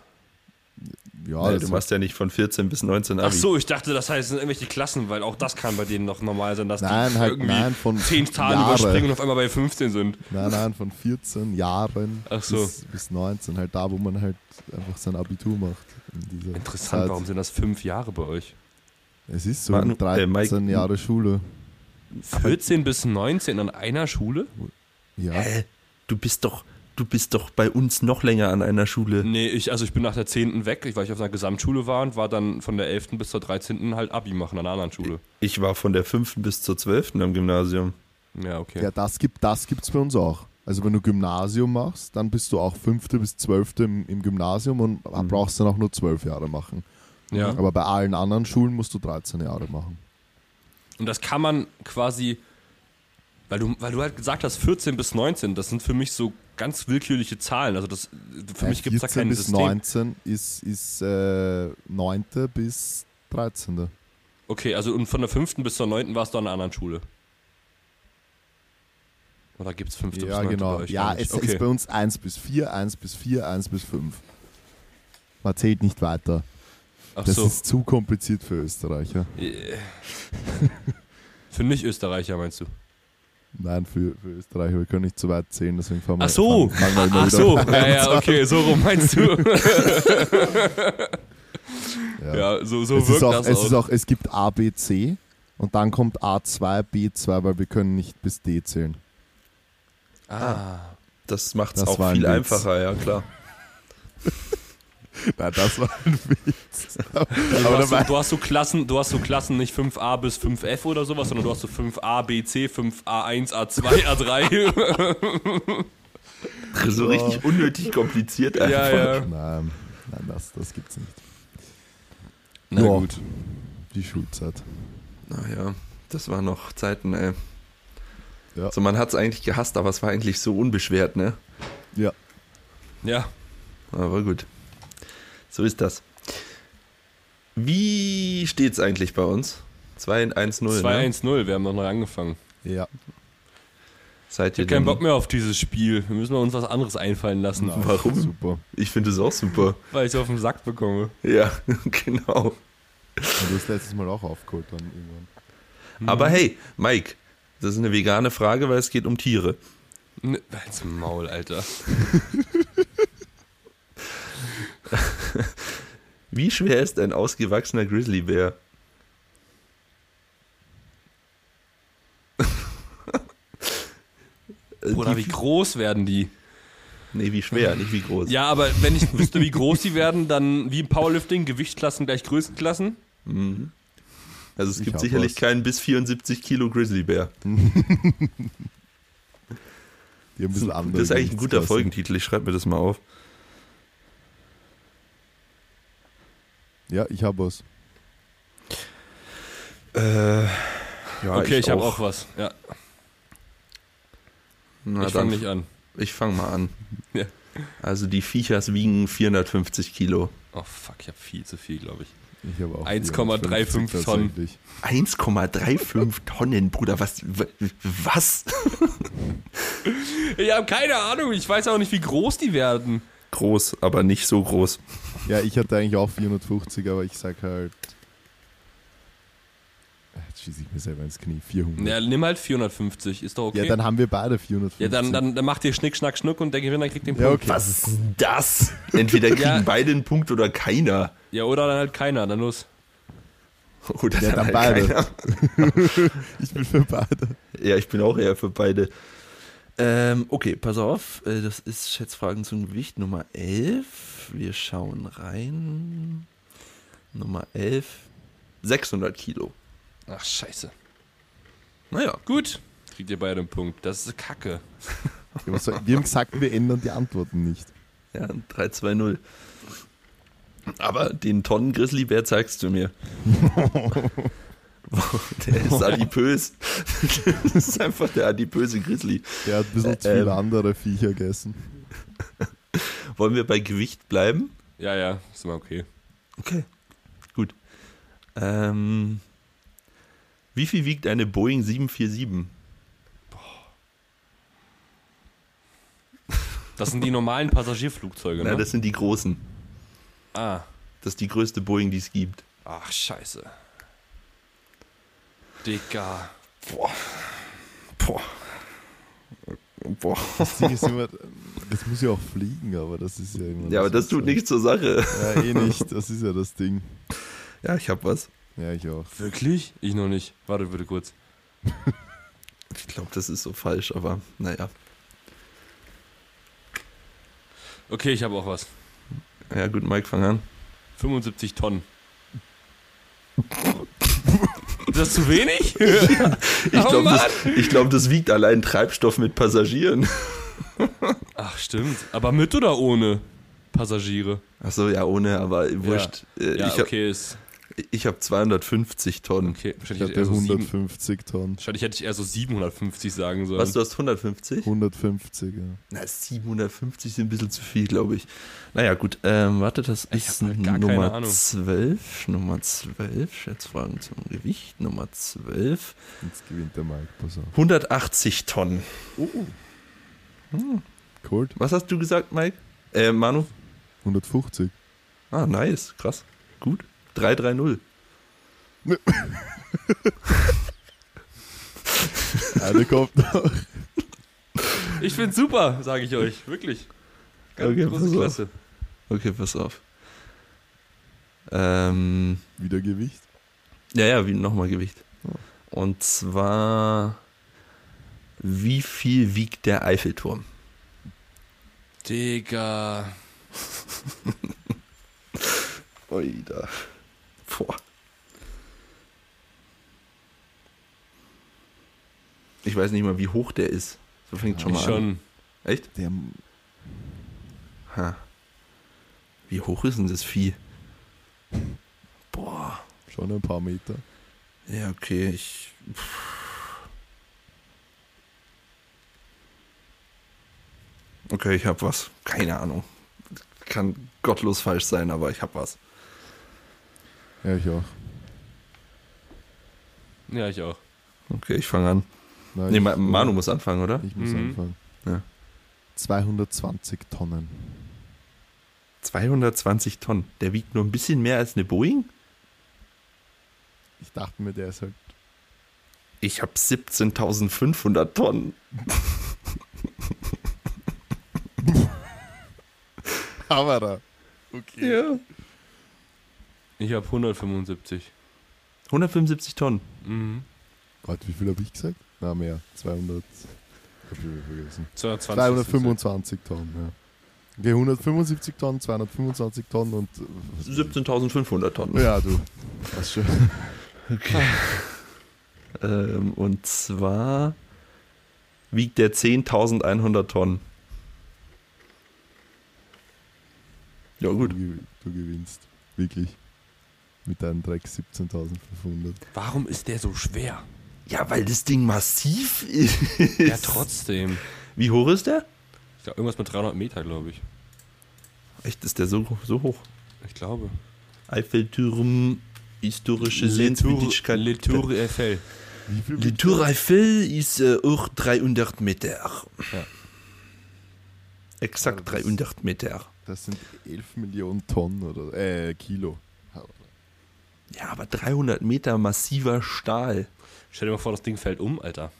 Ja, Nee, das du machst ja nicht von 14 bis 19 Abi. Ach so, ich dachte, das heißt, es sind irgendwelche Klassen, weil auch das kann bei denen noch normal sein, dass Nein, die halt, irgendwie nein, von 10 Tage Jahre. überspringen und auf einmal bei 15 sind. Nein, von 14 Jahren Ach so. bis 19, halt da, wo man halt einfach sein Abitur macht. In dieser Interessant, Zeit. warum sind das 5 Jahre bei euch? Es ist so, Manu, 13 Mike- Jahre Schule. 14 bis 19 an einer Schule? Ja, Hä? Du bist doch bei uns noch länger an einer Schule. Nee, ich bin nach der 10. weg, weil ich auf einer Gesamtschule war und war dann von der 11. bis zur 13. halt Abi machen an einer anderen Schule. Ich war von der 5. bis zur 12. am Gymnasium. Ja, okay. ja das gibt's bei uns auch. Also wenn du Gymnasium machst, dann bist du auch 5. bis 12. im Gymnasium und brauchst dann auch nur 12 Jahre machen. Ja. Aber bei allen anderen Schulen musst du 13 Jahre machen. Und das kann man quasi, weil du halt gesagt hast, 14 bis 19, das sind für mich so ganz willkürliche Zahlen. Also für mich gibt es da 14 kein bis System. 19 ist 9. bis 13. Okay, also und von der 5. bis zur 9. warst du an einer anderen Schule. Oder gibt es 5. bis 9. Ja, bei genau. euch Ja, gar nicht? es ist bei uns 1 bis 4, 1 bis 4, 1 bis 5. Man zählt nicht weiter. Ach Das so. ist zu kompliziert für Österreicher. Für Nicht-Österreicher meinst du? Nein, für Österreicher, wir können nicht zu weit zählen, deswegen fahren wir Ach so, fangen wir immer ach wieder so, bei ja, 1 ja, okay, so rum meinst du. an. Ja, so es wirkt ist auch, das es auch. ist auch, es gibt A, B, C und dann kommt A2, B2, weil wir können nicht bis D zählen. Das macht es Das auch war ein viel Witz. einfacher, ja klar. Nein, das war ein Witz. Du hast so Klassen nicht 5a bis 5f oder sowas, sondern du hast so 5a, b, c, 5a1, a2, a3. So richtig unnötig kompliziert einfach. Ja. Nein, das gibt's nicht. Na Ja. gut. Die Schulzeit. Naja, das waren noch Zeiten, ey. Ja. So, man hat es eigentlich gehasst, aber es war eigentlich so unbeschwert, ne? Ja. Ja. Aber gut. So ist das. Wie steht's eigentlich bei uns? 2-1-0, ne? 2-1-0, wir haben noch neu angefangen. Ja. Seid Ich ihr habe keinen denn- Bock mehr auf dieses Spiel. Wir müssen uns was anderes einfallen lassen, Na, Warum? Super. Ich finde es auch super. weil ich auf den Sack bekomme. Ja, genau. Und du hast letztes Mal auch aufgeholt dann irgendwann. Aber hey, Mike, das ist eine vegane Frage, weil es geht um Tiere. Als Maul, Alter. Wie schwer ist ein ausgewachsener Grizzlybär? Oder wie groß werden die? Nee, wie schwer, nicht wie groß. Ja, aber wenn ich wüsste, wie groß die werden, dann wie im Powerlifting, Gewichtsklassen gleich Größenklassen. Mhm. Also es Ich gibt hab sicherlich was. keinen bis 74 Kilo Grizzlybär. Die haben ein Das bisschen andere. ist eigentlich ein guter Gewichtsklassen. Folgentitel, ich schreibe mir das mal auf. Ja, ich habe was. Ja, Okay, ich habe auch was. Ja, Na, ich dann fange nicht an. Ich fange mal an. Ja. Also die Viechers wiegen 450 Kilo. Oh fuck, ich habe viel zu viel, glaube ich. Ich habe auch 1,35 Tonnen. tatsächlich. 1,35 Tonnen, Bruder, was? Ich habe keine Ahnung, ich weiß auch nicht, wie groß die werden. Groß, aber nicht so groß. Ja, ich hatte eigentlich auch 450, aber ich sag halt. Jetzt schieße ich mir selber ins Knie. 400. Ja, nimm halt 450, ist doch okay. Ja, dann haben wir beide 450. Ja, dann macht ihr Schnick, Schnack, Schnuck und der Gewinner kriegt den Ja, Punkt. okay. Was ist denn das? Entweder kriegen Ja. beide einen Punkt oder keiner. Ja, oder dann halt keiner, dann los. Oder Ja, dann beide. keiner. Ich bin für beide. Ja, ich bin auch eher für beide. Okay, pass auf. Das ist Schätzfragen zum Gewicht Nummer 11. Wir schauen rein. Nummer 11. 600 Kilo. Ach, scheiße. Naja, Gut, kriegt ihr beide einen Punkt. Das ist Kacke. Ja, was soll- Wir haben gesagt, wir ändern die Antworten nicht. ja, 3-2-0. Aber den Tonnen-Grizzlybär zeigst du mir. Der ist adipös. Das ist einfach der adipöse Grizzly. Der hat ein bisschen zu viele andere Viecher gegessen. Wollen wir bei Gewicht bleiben? Ja, ist mal okay. Okay, gut. Wie viel wiegt eine Boeing 747? Das sind die normalen Passagierflugzeuge, Na, ne? das sind die großen. Ah, Das ist die größte Boeing, die es gibt. ach, scheiße. Digga. Boah. Das Ding ist immer, das muss ja auch fliegen, aber das ist ja immer. Ja, aber das tut nichts zur Sache. Ja, eh nicht. Das ist ja das Ding. Ja, ich hab was. Ja, ich auch. Wirklich? Ich noch nicht. Warte bitte kurz. Ich glaube, das ist so falsch, aber naja. Okay, ich habe auch was. Ja, gut, Mike, fang an. 75 Tonnen. Ist das zu wenig? Ich Oh glaube, Mann! glaub, das wiegt allein Treibstoff mit Passagieren. Ach, stimmt. Aber mit oder ohne Passagiere? Achso, ja, ohne, aber wurscht. Ja, Ich habe okay, ist. 250 Tonnen. Okay, Ich wahrscheinlich, hatte 150 Tonnen. wahrscheinlich hätte ich eher so 750 sagen sollen. Was, du hast 150? 150, ja. Na, 750 sind ein bisschen zu viel, glaube ich. Naja, gut, warte, das Ich ist hab halt gar keine Nummer Ahnung. 12. Nummer 12, Schätzfragen zum Gewicht. Nummer 12. Jetzt gewinnt der Mike, pass auf. 180 Tonnen. Cool. Was hast du gesagt, Mike? Manu? 150. Ah, nice, krass. Gut. 3-3-0. Einer kommt noch. Ich find's super, sage ich euch. Wirklich. Ganz Okay, große pass auf. Klasse. Okay, pass auf. Wieder Gewicht. Ja, wie nochmal Gewicht. Und zwar, wie viel wiegt der Eiffelturm? Digga. Oida. Boah. Ich weiß nicht mal, wie hoch der ist. So fängt schon mal Ich an. schon. Echt? Der, Ha. Wie hoch ist denn das Vieh? Boah. schon ein paar Meter. Ja, okay, Okay, ich hab was. Keine Ahnung. Kann gottlos falsch sein, aber ich hab was. Ja, ich auch. Ja, ich auch. Okay, ich fange an. Nein, Nee, ich, Manu muss anfangen, oder? Ich muss Mhm. anfangen. Ja. 220 Tonnen. 220 Tonnen. Der wiegt nur ein bisschen mehr als eine Boeing? Ich dachte mir, der ist halt. Ich habe 17.500 Tonnen. Hammerer. Okay. Ja. Ich habe 175. 175 Tonnen. Mhm. Gott, wie viel habe ich gesagt? Na, mehr. 200. Ich hab schon wieder vergessen. 220. 225 Tonnen, ja. Okay, 175 Tonnen, 225 Tonnen und. 17.500 Tonnen. Ja, du. Passt schon. Okay. Und zwar wiegt der 10.100 Tonnen. Ja, gut. Du gewinnst. Wirklich. Mit deinem Dreck 17.500. Warum ist der so schwer? Ja, weil das Ding massiv ist. Ja, trotzdem. Wie hoch ist der? Ich glaub, irgendwas mit 300 Meter, glaube ich. Echt, ist der so hoch? Ich glaube. Eiffelturm, historische Le Sehenswürdigkeit. Tour Eiffel. Wie viel? Die Tour Eiffel ist auch 300 Meter. Ja. Exakt Ja, das- 300 Meter. Das sind 11 Millionen Tonnen oder Kilo. Ja, aber 300 Meter massiver Stahl. Stell dir mal vor, das Ding fällt um, Alter.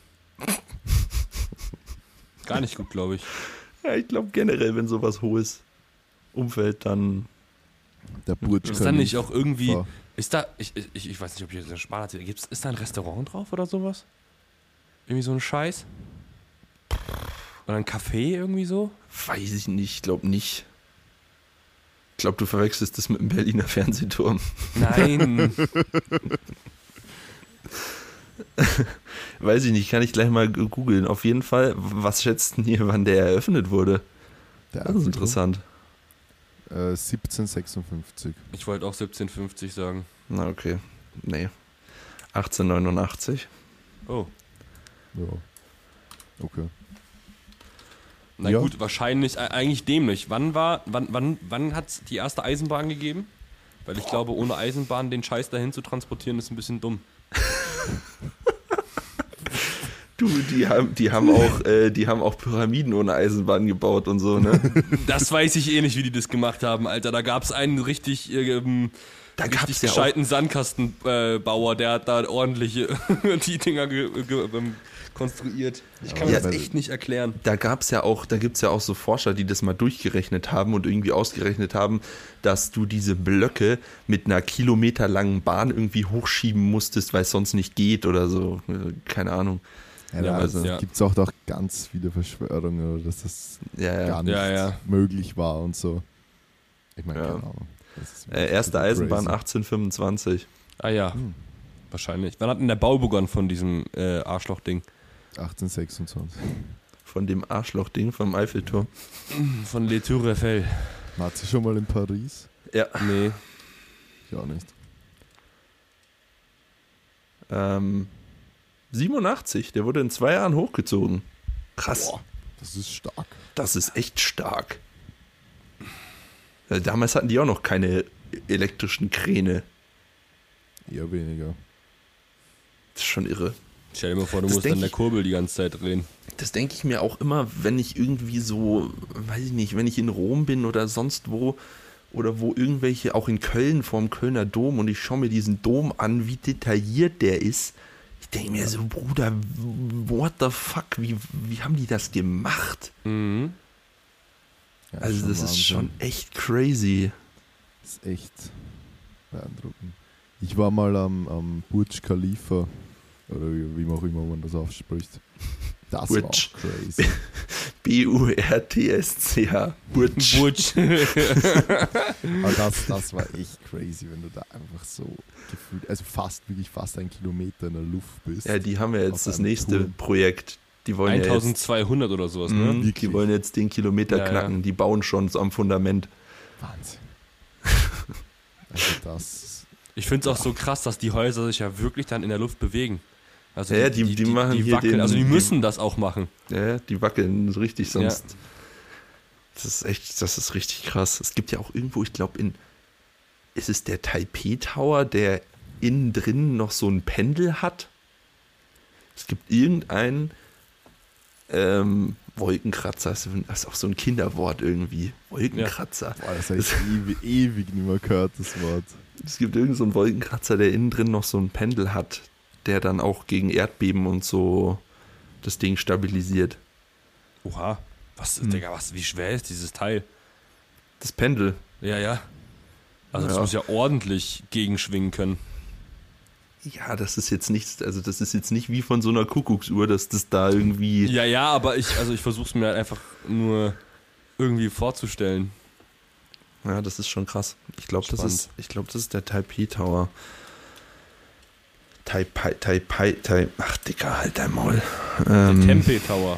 Gar nicht gut, glaube ich. Ja, ich glaube generell, wenn sowas Hohes umfällt, dann... Der Burj Ist da nicht auch irgendwie. Khalifa. Ist da. Ich weiß nicht, ob ich jetzt Spaß hatte. Ist da ein Restaurant drauf oder sowas? Irgendwie so ein Scheiß? Oder ein Café irgendwie so? Weiß ich nicht, ich glaube nicht. Ich glaube, du verwechselst das mit dem Berliner Fernsehturm. Nein. Weiß ich nicht, kann ich gleich mal googeln. Auf jeden Fall, was schätzt ihr, wann der eröffnet wurde? Der Das ist interessant. 1756. Ich wollte auch 1750 sagen. Na, okay. Nee. 1889. Oh. Ja. Okay. Na Ja. gut, wahrscheinlich, eigentlich dämlich. Wann hat es die erste Eisenbahn gegeben? Weil ich glaube, ohne Eisenbahn den Scheiß dahin zu transportieren, ist ein bisschen dumm. Du, die haben auch Pyramiden ohne Eisenbahn gebaut und so, ne? Das weiß ich eh nicht, wie die das gemacht haben, Alter. Da gab es einen richtig Da gab's richtig ja auch, gescheiten Sandkastenbauer, der hat da ordentliche die Dinger konstruiert. Ich kann mir Ja, das echt nicht erklären. da gibt's ja auch so Forscher, die das mal durchgerechnet haben und irgendwie ausgerechnet haben, dass du diese Blöcke mit einer kilometerlangen Bahn irgendwie hochschieben musstest, weil es sonst nicht geht oder so. Keine Ahnung. Ja, Ja, da also- gibt es auch doch ganz viele Verschwörungen, oder dass das Ja, gar nicht Ja. möglich war und so. Ich meine, Ja. keine Ahnung. Das ist Erste super Eisenbahn crazy. 1825. Ah ja, Hm. wahrscheinlich. Wann hat denn der Bau begonnen von diesem Arschloch-Ding? 1826. Von dem Arschloch-Ding vom Eiffelturm. Von Le Tour Eiffel. War sie schon mal in Paris? Ja. Nee. Ich auch nicht. 87, der wurde in 2 Jahren hochgezogen. Krass. Boah, das ist stark. Das ist echt stark. Damals hatten die auch noch keine elektrischen Kräne. Eher weniger. Das ist schon irre. Stell dir mal vor, du Das musst denk an der ich- Kurbel die ganze Zeit drehen. Das denke ich mir auch immer, wenn ich irgendwie so, weiß ich nicht, wenn ich in Rom bin oder sonst wo, oder wo irgendwelche, auch in Köln vorm Kölner Dom, und ich schaue mir diesen Dom an, wie detailliert der ist. Ich denke mir so, Bruder, what the fuck, wie haben die das gemacht? Mhm. Ja, Also das ist Wahnsinn. schon echt crazy. Das ist echt beeindruckend. Ich war mal am Burj Khalifa, oder wie auch immer man das ausspricht. Das war auch Burj. crazy. B-U-R-T-S-C-H. Burj. Butch. Aber das war echt crazy, wenn du da einfach so gefühlt, also wirklich fast 1 Kilometer in der Luft bist. Ja, die haben ja jetzt Auf das einem nächste Turm. Projekt. Die wollen 1200 oder sowas, ne? Die wollen jetzt den Kilometer knacken. Die bauen schon so am Fundament. Wahnsinn. Also das... Ich finde es auch so krass, dass die Häuser sich ja wirklich dann in der Luft bewegen. Also die machen hier wackeln, also die müssen das auch machen. Ja, die wackeln so richtig, sonst... Ja. Das ist richtig krass. Es gibt ja auch irgendwo, ich glaube ist es der Taipei Tower, der innen drin noch so ein Pendel hat? Es gibt irgendeinen Wolkenkratzer, das ist auch so ein Kinderwort irgendwie. Wolkenkratzer. Ja. Boah, das habe ich ewig nicht mehr gehört, das Wort. Es gibt irgend so einen Wolkenkratzer, der innen drin noch so ein Pendel hat, der dann auch gegen Erdbeben und so das Ding stabilisiert. Oha. Digga, wie schwer ist dieses Teil? Das Pendel. Ja. Also das muss ja ordentlich gegenschwingen können. Ja, das ist jetzt nichts, also das ist jetzt nicht wie von so einer Kuckucksuhr, dass das da irgendwie... Ja, aber ich versuche es mir halt einfach nur irgendwie vorzustellen. Ja, das ist schon krass. Ich glaube, das ist der Taipei Tower. Taipei. Ach, Dicker, halt dein Maul. Der Tempei Tower.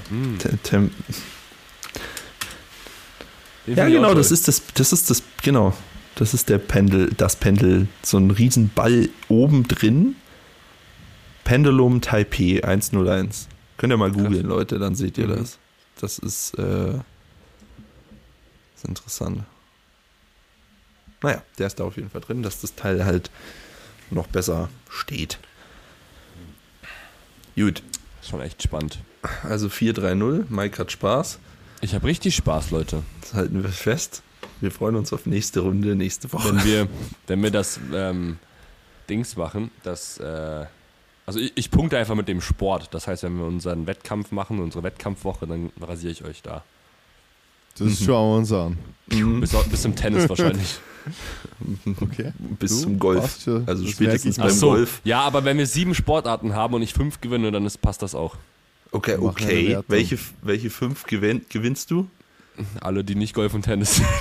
Ja, genau, das ist das, genau. Das ist das Pendel. So ein Riesenball oben drin. Pendulum Taipei 101. Könnt ihr mal googeln, Leute, dann seht ihr das. Das ist interessant. Naja, der ist da auf jeden Fall drin, dass das Teil halt noch besser steht. Gut. Das ist schon echt spannend. Also 4-3-0, Mike hat Spaß. Ich habe richtig Spaß, Leute. Das halten wir fest. Wir freuen uns auf nächste Runde, nächste Woche. Wenn wir das Dings machen, also ich punkte einfach mit dem Sport. Das heißt, wenn wir unseren Wettkampf machen, unsere Wettkampfwoche, dann rasiere ich euch da. Das schauen wir uns an. Bis zum Tennis wahrscheinlich. Okay. Bis zum Golf. Also spätestens beim Golf. Ja, aber wenn wir 7 Sportarten haben und ich 5 gewinne, dann passt das auch. Okay. Welche 5 gewinnst du? Alle, die nicht Golf und Tennis sind.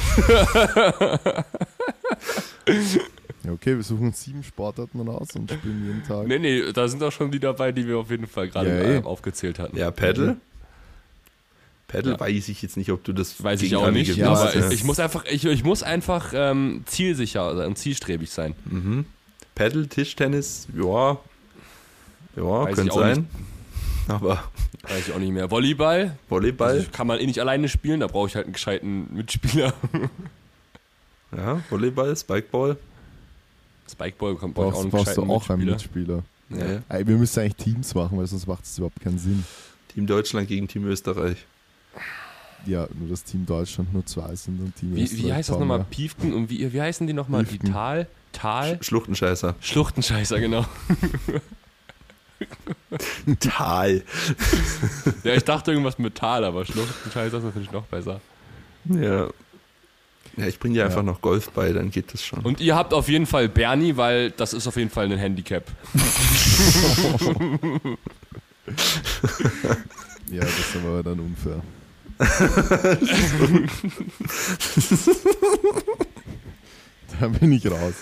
Ja, okay, wir suchen uns 7 Sportarten raus und spielen jeden Tag. Nee, da sind auch schon die dabei, die wir auf jeden Fall gerade aufgezählt hatten. Ja, Paddle. Paddle weiß ich jetzt nicht, ob du das... Weiß ich auch nicht, aber ich muss einfach zielsicher und zielstrebig sein. Mhm. Paddle, Tischtennis, ja, könnte sein. Nicht. Aber weiß ich auch nicht mehr. Volleyball. Also kann man nicht alleine spielen, da brauche ich halt einen gescheiten Mitspieler. Ja, Volleyball, Spikeball. Spikeball brauchst auch einen Mitspieler. Ja. Ey, wir müssen eigentlich Teams machen, weil sonst macht es überhaupt keinen Sinn. Team Deutschland gegen Team Österreich. Ja, nur das Team Deutschland nur 2 sind und Team Österreich. Wie heißt das nochmal? Piefken und wie heißen die nochmal? Die Tal? Schluchtenscheißer. Schluchtenscheißer, genau. Tal. Ja, ich dachte irgendwas mit Tal, aber Schluchtenscheißer ist natürlich noch besser. Ja. Ja, ich bringe dir einfach noch Golf bei, dann geht das schon. Und ihr habt auf jeden Fall Bernie, weil das ist auf jeden Fall ein Handicap. Ja, das ist aber dann unfair. Da bin ich raus.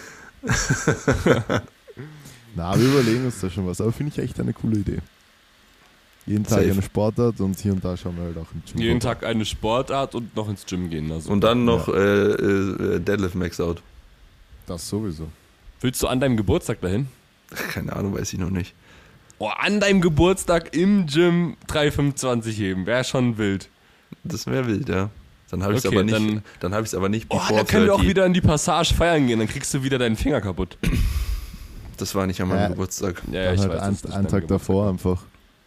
Na, wir überlegen uns da schon was, aber finde ich echt eine coole Idee. Jeden Tag eine Sportart und hier und da schauen wir halt auch ins Gym. Jeden Tag eine Sportart und noch ins Gym gehen. Also. Und dann noch Deadlift Max Out. Das sowieso. Willst du an deinem Geburtstag dahin? Keine Ahnung, weiß ich noch nicht. Oh, an deinem Geburtstag im Gym 325 heben, wäre schon wild. Das wäre wild, ja. Dann habe ich es aber nicht. Dann habe ich es aber nicht. Dann können wir auch wieder in die Passage feiern gehen. Dann kriegst du wieder deinen Finger kaputt. Das war nicht an meinem Geburtstag. Ja, ich halt weiß. Einen Tag davor einfach.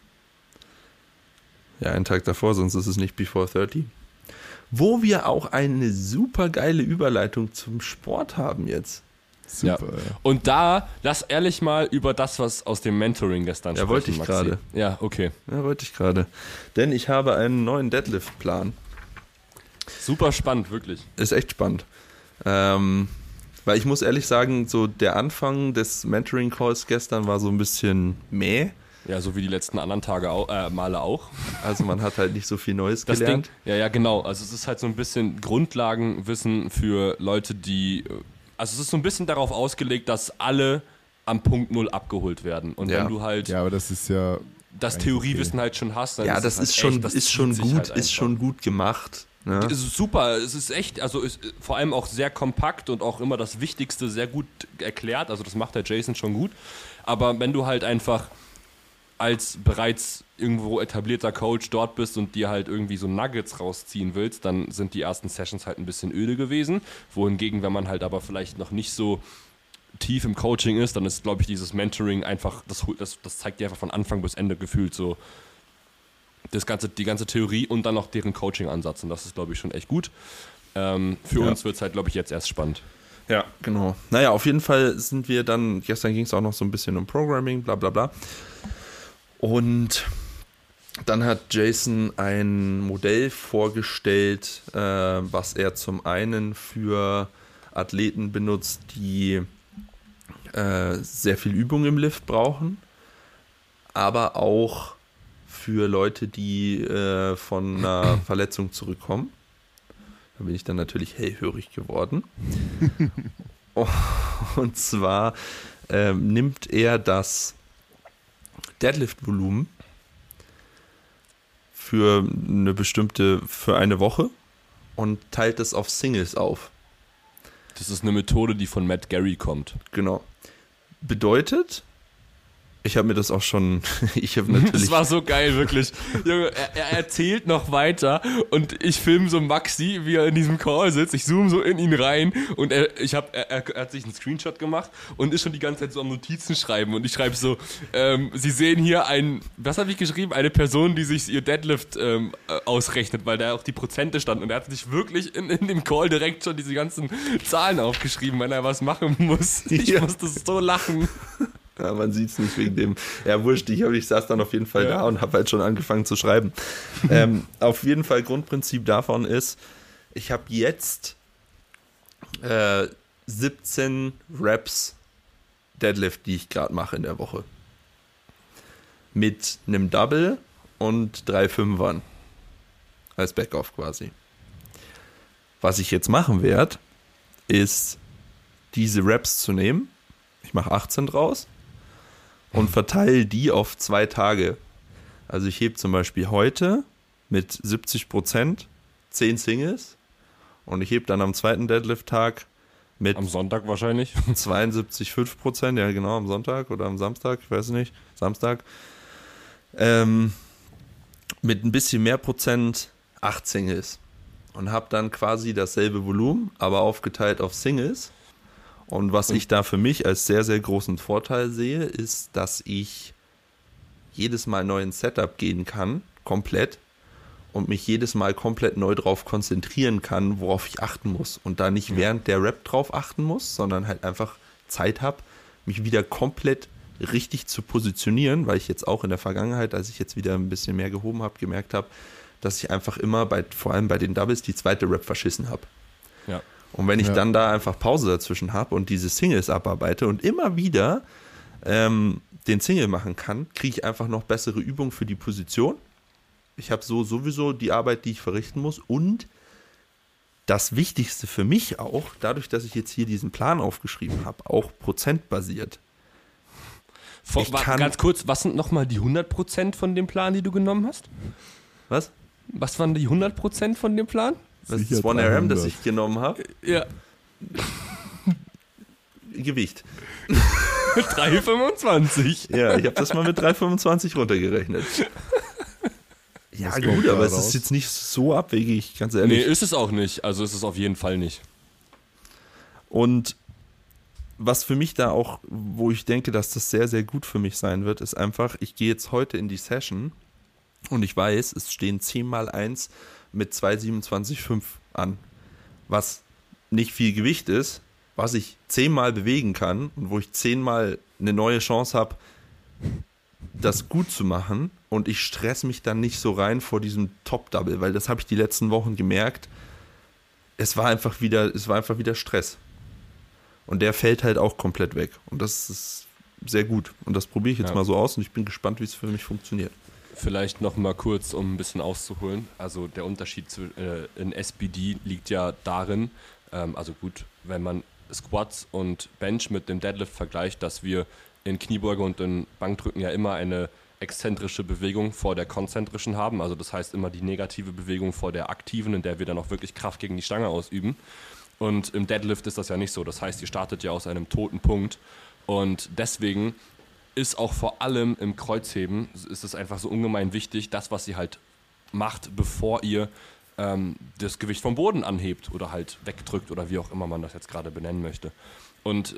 Ja, einen Tag davor, sonst ist es nicht Before 30. Wo wir auch eine super geile Überleitung zum Sport haben jetzt. Super, ja. Und da, lass ehrlich mal über das, was aus dem Mentoring gestern sprechen. Ja, wollte ich gerade. Ja, okay. Ja, wollte ich gerade. Denn ich habe einen neuen Deadlift-Plan. Super spannend, wirklich. Ist echt spannend. Weil ich muss ehrlich sagen, so der Anfang des Mentoring-Calls gestern war so ein bisschen mäh. Ja, so wie die letzten anderen Male auch. Also man hat halt nicht so viel Neues gelernt. Ja, genau. Also es ist halt so ein bisschen Grundlagenwissen für Leute, die... Also es ist so ein bisschen darauf ausgelegt, dass alle am Punkt 0 abgeholt werden. Und wenn du halt... Ja, aber das ist ja das Theoriewissen halt schon hast. Ja, das ist schon gut, ist schon gut gemacht. Ne? Es ist super, es ist echt, also ist vor allem auch sehr kompakt und auch immer das Wichtigste sehr gut erklärt, also das macht der Jason schon gut, aber wenn du halt einfach als bereits irgendwo etablierter Coach dort bist und dir halt irgendwie so Nuggets rausziehen willst, dann sind die ersten Sessions halt ein bisschen öde gewesen, wohingegen, wenn man halt aber vielleicht noch nicht so tief im Coaching ist, dann ist, glaube ich, dieses Mentoring einfach, das zeigt dir einfach von Anfang bis Ende gefühlt so die ganze Theorie und dann noch deren Coaching-Ansatz. Und das ist, glaube ich, schon echt gut. Für uns wird es halt, glaube ich, jetzt erst spannend. Ja, genau. Naja, auf jeden Fall sind wir dann, gestern ging es auch noch so ein bisschen um Programming, bla bla bla. Und dann hat Jason ein Modell vorgestellt, was er zum einen für Athleten benutzt, die sehr viel Übung im Lift brauchen, aber auch für Leute, die von einer Verletzung zurückkommen. Da bin ich dann natürlich hellhörig geworden. Und zwar nimmt er das Deadlift-Volumen für eine Woche und teilt es auf Singles auf. Das ist eine Methode, die von Matt Gary kommt. Genau. Bedeutet, ich habe mir das auch schon, ich habe natürlich... Das war so geil, wirklich. Junge, er erzählt noch weiter und ich filme so Maxi, wie er in diesem Call sitzt. Ich zoome so in ihn rein und er hat sich einen Screenshot gemacht und ist schon die ganze Zeit so am Notizen schreiben. Und ich schreibe so, Sie sehen hier was habe ich geschrieben? Eine Person, die sich ihr Deadlift ausrechnet, weil da auch die Prozente standen. Und er hat sich wirklich in dem Call direkt schon diese ganzen Zahlen aufgeschrieben, wenn er was machen muss. Ich musste so lachen. Ja, man sieht es nicht wegen dem. Ja, wurscht, ich saß dann auf jeden Fall da und habe halt schon angefangen zu schreiben. Auf jeden Fall Grundprinzip davon ist, ich habe jetzt 17 Reps Deadlift, die ich gerade mache in der Woche. Mit einem Double und 3 Fünfern. Als Backoff quasi. Was ich jetzt machen werde, ist diese Reps zu nehmen. Ich mache 18 draus. Und verteile die auf 2 Tage. Also ich hebe zum Beispiel heute mit 70% 10 Singles und ich hebe dann am zweiten Deadlift-Tag mit... Am Sonntag wahrscheinlich. 72,5%, ja genau, am Sonntag oder am Samstag, ich weiß nicht, Samstag. Mit ein bisschen mehr Prozent 8 Singles. Und habe dann quasi dasselbe Volumen, aber aufgeteilt auf Singles. Und was ich da für mich als sehr, sehr großen Vorteil sehe, ist, dass ich jedes Mal neu ins Setup gehen kann, komplett, und mich jedes Mal komplett neu drauf konzentrieren kann, worauf ich achten muss. Und da nicht während der Rep drauf achten muss, sondern halt einfach Zeit habe, mich wieder komplett richtig zu positionieren, weil ich jetzt auch in der Vergangenheit, als ich jetzt wieder ein bisschen mehr gehoben habe, gemerkt habe, dass ich einfach immer, vor allem bei den Doubles, die zweite Rep verschissen habe. Ja. Und wenn ich dann da einfach Pause dazwischen habe und diese Singles abarbeite und immer wieder den Single machen kann, kriege ich einfach noch bessere Übungen für die Position. Ich habe so sowieso die Arbeit, die ich verrichten muss. Und das Wichtigste für mich auch, dadurch, dass ich jetzt hier diesen Plan aufgeschrieben habe, auch prozentbasiert. Ganz kurz, was sind nochmal die 100% von dem Plan, die du genommen hast? Was? Was waren die 100% von dem Plan? Was ist das 1RM, das ich genommen habe? Ja. Gewicht. 3,25. Ja, ich habe das mal mit 3,25 runtergerechnet. Ja gut, aber es ist jetzt nicht so abwegig, ganz ehrlich. Nee, ist es auch nicht. Also ist es auf jeden Fall nicht. Und was für mich da auch, wo ich denke, dass das sehr, sehr gut für mich sein wird, ist einfach, ich gehe jetzt heute in die Session und ich weiß, es stehen 10x1 mit 2,27,5 an, was nicht viel Gewicht ist, was ich 10-mal bewegen kann und wo ich 10-mal eine neue Chance habe, das gut zu machen, und ich stress mich dann nicht so rein vor diesem Top-Double, weil das habe ich die letzten Wochen gemerkt, es war einfach wieder Stress. Und der fällt halt auch komplett weg. Und das ist sehr gut. Und das probiere ich jetzt mal so aus und ich bin gespannt, wie es für mich funktioniert. Vielleicht noch mal kurz, um ein bisschen auszuholen. Also der Unterschied in SBD liegt ja darin, also gut, wenn man Squats und Bench mit dem Deadlift vergleicht, dass wir in Kniebeuge und in Bankdrücken ja immer eine exzentrische Bewegung vor der konzentrischen haben. Also das heißt immer die negative Bewegung vor der aktiven, in der wir dann auch wirklich Kraft gegen die Stange ausüben. Und im Deadlift ist das ja nicht so. Das heißt, ihr startet ja aus einem toten Punkt. Und deswegen ist auch vor allem im Kreuzheben, ist es einfach so ungemein wichtig, das, was ihr halt macht, bevor ihr das Gewicht vom Boden anhebt oder halt wegdrückt oder wie auch immer man das jetzt gerade benennen möchte. Und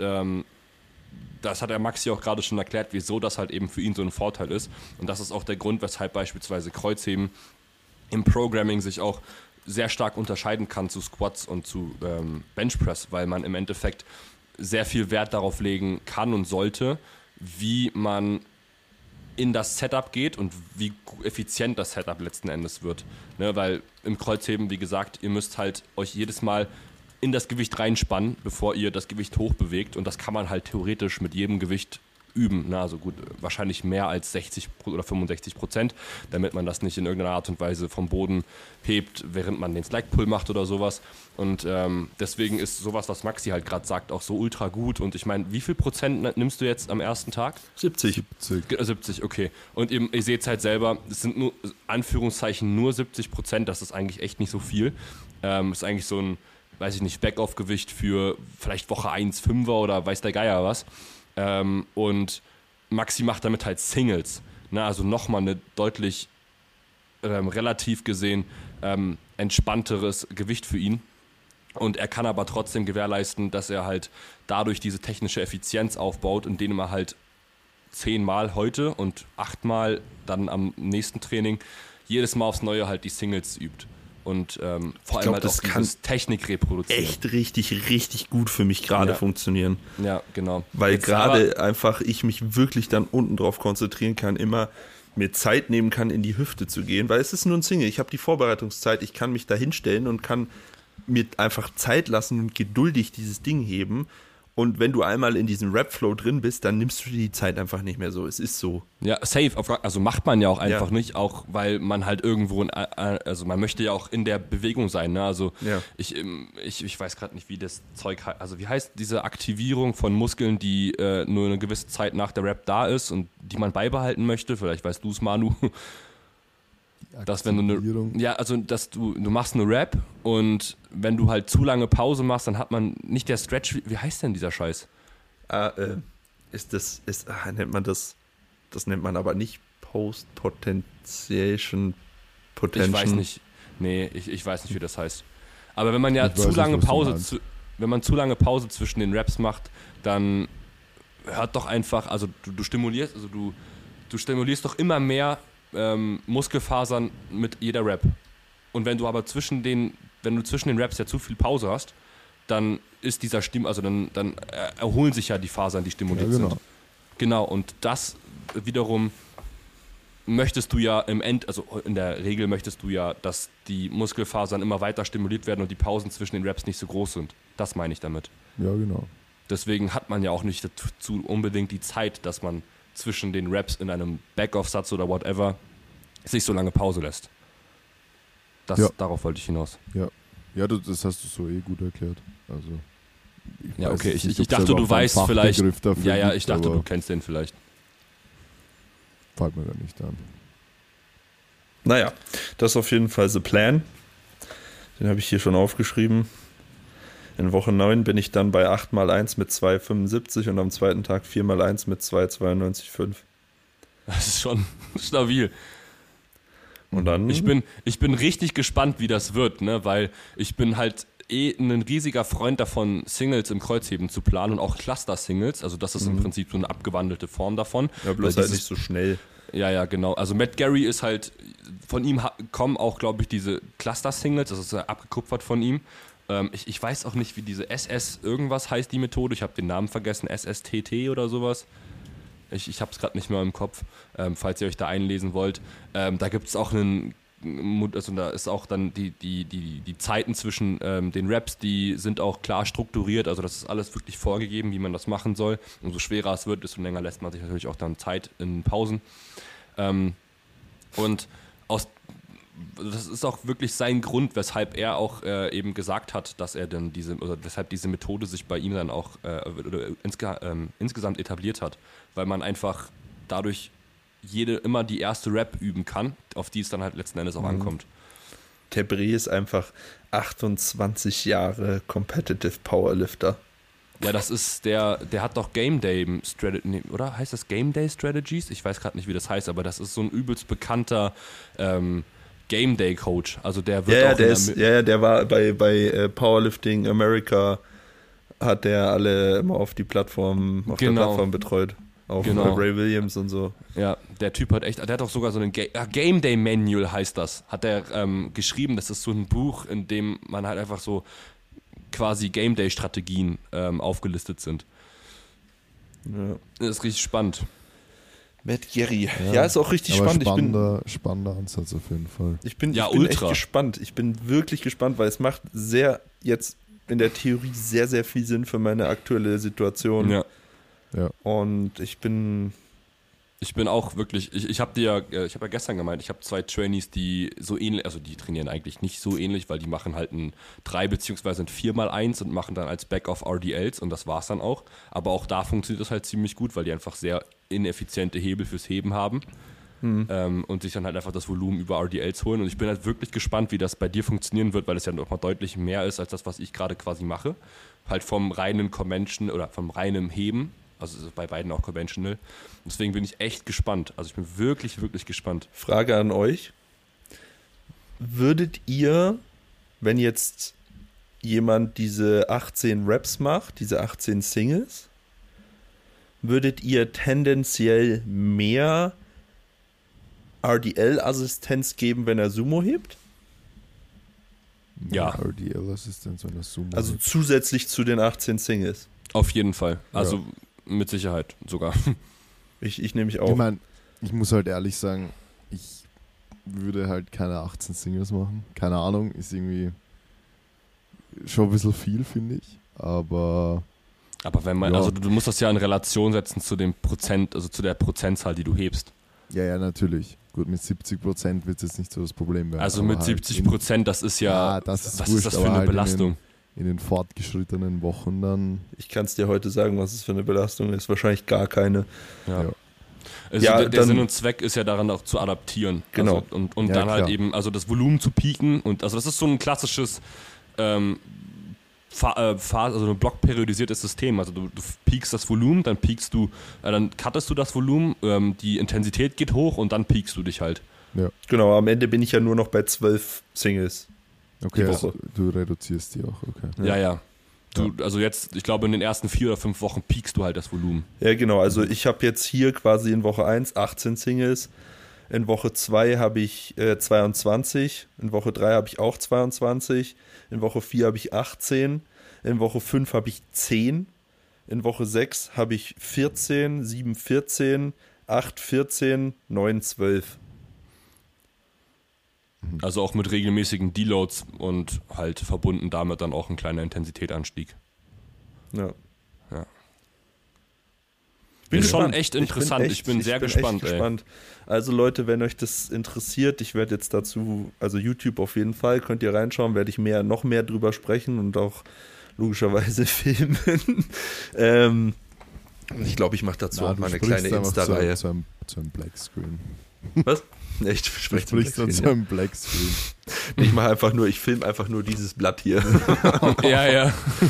das hat der Maxi auch gerade schon erklärt, wieso das halt eben für ihn so ein Vorteil ist. Und das ist auch der Grund, weshalb beispielsweise Kreuzheben im Programming sich auch sehr stark unterscheiden kann zu Squats und zu Benchpress, weil man im Endeffekt sehr viel Wert darauf legen kann und sollte, wie man in das Setup geht und wie effizient das Setup letzten Endes wird. Ne, weil im Kreuzheben, wie gesagt, ihr müsst halt euch jedes Mal in das Gewicht reinspannen, bevor ihr das Gewicht hochbewegt. Und das kann man halt theoretisch mit jedem Gewicht üben. Na, also gut, wahrscheinlich mehr als 60 oder 65%, damit man das nicht in irgendeiner Art und Weise vom Boden hebt, während man den Slack Pull macht oder sowas. Und deswegen ist sowas, was Maxi halt gerade sagt, auch so ultra gut. Und ich meine, wie viel Prozent nimmst du jetzt am ersten Tag? 70. 70, okay. Und ihr seht es halt selber, es sind nur, Anführungszeichen, nur 70%. Das ist eigentlich echt nicht so viel. Ist eigentlich so ein, weiß ich nicht, Backoff-Gewicht für vielleicht Woche 1, 5er oder weiß der Geier was. Und Maxi macht damit halt Singles. Ne? Also nochmal eine deutlich relativ gesehen entspannteres Gewicht für ihn. Und er kann aber trotzdem gewährleisten, dass er halt dadurch diese technische Effizienz aufbaut, indem er halt 10-mal heute und 8-mal dann am nächsten Training jedes Mal aufs Neue halt die Singles übt. Und vor allem halt auch dieses Technik reproduzieren. Echt richtig gut für mich gerade funktionieren. Ja, genau. Weil gerade einfach ich mich wirklich dann unten drauf konzentrieren kann, immer mir Zeit nehmen kann, in die Hüfte zu gehen, weil es ist nur ein Single. Ich habe die Vorbereitungszeit, ich kann mich da hinstellen und kann mir einfach Zeit lassen und geduldig dieses Ding heben. Und wenn du einmal in diesem Rap-Flow drin bist, dann nimmst du dir die Zeit einfach nicht mehr so. Es ist so. Ja, safe. Also macht man ja auch einfach nicht, auch weil man halt irgendwo, also man möchte ja auch in der Bewegung sein. Ne? Also ich weiß gerade nicht, wie das Zeug heißt. Also wie heißt diese Aktivierung von Muskeln, die nur eine gewisse Zeit nach der Rap da ist und die man beibehalten möchte? Vielleicht weißt du es, Manu. Dass wenn du machst eine Rap und wenn du halt zu lange Pause machst, dann hat man nicht der Stretch. Wie heißt denn dieser Scheiß? Nennt man das nennt man aber nicht Post-Potentiation. Ich weiß nicht. Nee, ich weiß nicht, wie das heißt. Aber wenn man zu lange Pause zwischen den Raps macht, dann hört doch einfach, also du stimulierst doch immer mehr Muskelfasern mit jeder Rap. Und wenn du aber zwischen den Raps ja zu viel Pause hast, dann ist dieser dann erholen sich ja die Fasern, die stimuliert sind. Genau, und das wiederum möchtest du ja also in der Regel möchtest du ja, dass die Muskelfasern immer weiter stimuliert werden und die Pausen zwischen den Raps nicht so groß sind. Das meine ich damit. Ja, genau. Deswegen hat man ja auch nicht dazu unbedingt die Zeit, dass man zwischen den Raps in einem Back-Off-Satz oder whatever sich so lange Pause lässt. Darauf wollte ich hinaus. Ja, das hast du so gut erklärt. Also, ich dachte, du weißt vielleicht. Ich dachte, du kennst den vielleicht. Fällt mir da nicht an. Naja, das ist auf jeden Fall the plan. Den habe ich hier schon aufgeschrieben. In Woche 9 bin ich dann bei 8x1 mit 2,75 und am zweiten Tag 4x1 mit 2,92,5. Das ist schon stabil. Und dann? Ich bin richtig gespannt, wie das wird, ne? Weil ich bin halt ein riesiger Freund davon, Singles im Kreuzheben zu planen und auch Cluster-Singles. Also das ist im Prinzip so eine abgewandelte Form davon. Ja, bloß halt nicht so schnell. Ja, genau. Also Matt Gary ist halt, von ihm kommen auch, glaube ich, diese Cluster-Singles, das ist abgekupfert von ihm. Ich weiß auch nicht, wie diese SS irgendwas heißt, die Methode. Ich habe den Namen vergessen, SSTT oder sowas. Ich habe es gerade nicht mehr im Kopf, falls ihr euch da einlesen wollt. Da gibt es auch da ist auch dann die Zeiten zwischen den Raps, die sind auch klar strukturiert. Also das ist alles wirklich vorgegeben, wie man das machen soll. Umso schwerer es wird, desto länger lässt man sich natürlich auch dann Zeit in Pausen. Und das ist auch wirklich sein Grund, weshalb er auch eben gesagt hat, dass er dann weshalb diese Methode sich bei ihm dann auch insgesamt etabliert hat, weil man einfach dadurch immer die erste Rap üben kann, auf die es dann halt letzten Endes auch ankommt. Tebre ist einfach 28 Jahre Competitive Powerlifter. Ja, das ist der hat doch Game Day Strategy, oder? Heißt das Game Day Strategies? Ich weiß gerade nicht, wie das heißt, aber das ist so ein übelst bekannter Game Day Coach. Also der wird auch der war bei Powerlifting America, hat der alle immer auf der Plattform betreut. Auch Ray Williams und so. Ja, der Typ hat der hat auch sogar so einen Game Day Manual heißt das. Hat der geschrieben, das ist so ein Buch, in dem man halt einfach so quasi Game Day Strategien aufgelistet sind. Ja. Das ist richtig spannend. Matt Gerry. Ja, ist auch richtig spannend. Spannender Ansatz auf jeden Fall. Ich bin echt gespannt. Ich bin wirklich gespannt, weil es macht jetzt in der Theorie sehr, sehr viel Sinn für meine aktuelle Situation. Ja. Und ich bin auch wirklich, ich habe ja gestern gemeint, ich habe 2 Trainees, die so ähnlich, also die trainieren eigentlich nicht so ähnlich, weil die machen halt ein 3 bzw. ein 4x1 und machen dann als Back-off RDLs und das war's dann auch. Aber auch da funktioniert das halt ziemlich gut, weil die einfach sehr ineffiziente Hebel fürs Heben haben und sich dann halt einfach das Volumen über RDLs holen. Und ich bin halt wirklich gespannt, wie das bei dir funktionieren wird, weil es ja nochmal deutlich mehr ist als das, was ich gerade quasi mache. Halt vom reinen Convention oder vom reinen Heben. Also bei beiden auch conventional. Deswegen bin ich echt gespannt. Also ich bin wirklich, wirklich gespannt. Frage an euch. Würdet ihr, wenn jetzt jemand diese 18 Reps macht, diese 18 Singles, würdet ihr tendenziell mehr RDL-Assistenz geben, wenn er Sumo hebt? Ja. RDL-Assistenz, wenn er Sumo hebt. Also zusätzlich zu den 18 Singles? Auf jeden Fall. Also mit Sicherheit sogar. Ich nehme mich auch. Ich meine, ich muss halt ehrlich sagen, ich würde halt keine 18 Singles machen. Keine Ahnung, ist irgendwie schon ein bisschen viel, finde ich. Aber wenn man, also du musst das ja in Relation setzen zu dem Prozent, also zu der Prozentzahl, die du hebst. Ja, natürlich. Gut, mit 70% wird es jetzt nicht so das Problem werden. Also mit halt 70%, das ist das was ist das für eine Belastung? In den fortgeschrittenen Wochen dann. Ich kann es dir heute sagen, was es für eine Belastung ist. Wahrscheinlich gar keine. Ja. Also der Sinn und Zweck ist ja daran auch zu adaptieren. Genau. Also, und dann halt eben, also das Volumen zu pieken. Und also das ist so ein klassisches also ein blockperiodisiertes System. Also du piekst das Volumen, dann dann cuttest du das Volumen, die Intensität geht hoch und dann piekst du dich halt. Ja. Genau, am Ende bin ich ja nur noch bei 12 Singles. Okay, also du reduzierst die auch, okay. Ja. Also jetzt, ich glaube, in den ersten 4 oder 5 Wochen piekst du halt das Volumen. Ja, genau. Also ich habe jetzt hier quasi in Woche 1 18 Singles. In Woche 2 habe ich 22. In Woche 3 habe ich auch 22. In Woche 4 habe ich 18. In Woche 5 habe ich 10. In Woche 6 habe ich 14, 7, 14, 8, 14, 9, 12. Also auch mit regelmäßigen Deloads und halt verbunden damit dann auch ein kleiner Intensitätsanstieg. Ja. Ist schon echt interessant. Ich bin sehr gespannt. Also Leute, wenn euch das interessiert, ich werde jetzt dazu, also YouTube auf jeden Fall, könnt ihr reinschauen, werde ich noch mehr drüber sprechen und auch logischerweise filmen. Ich glaube, ich mache dazu auch mal eine kleine Insta-Reihe. Zu einem Blackscreen. Was? Echt? Du sprichst dann zu einem Blackscreen. Ich filme einfach nur dieses Blatt hier. Ja.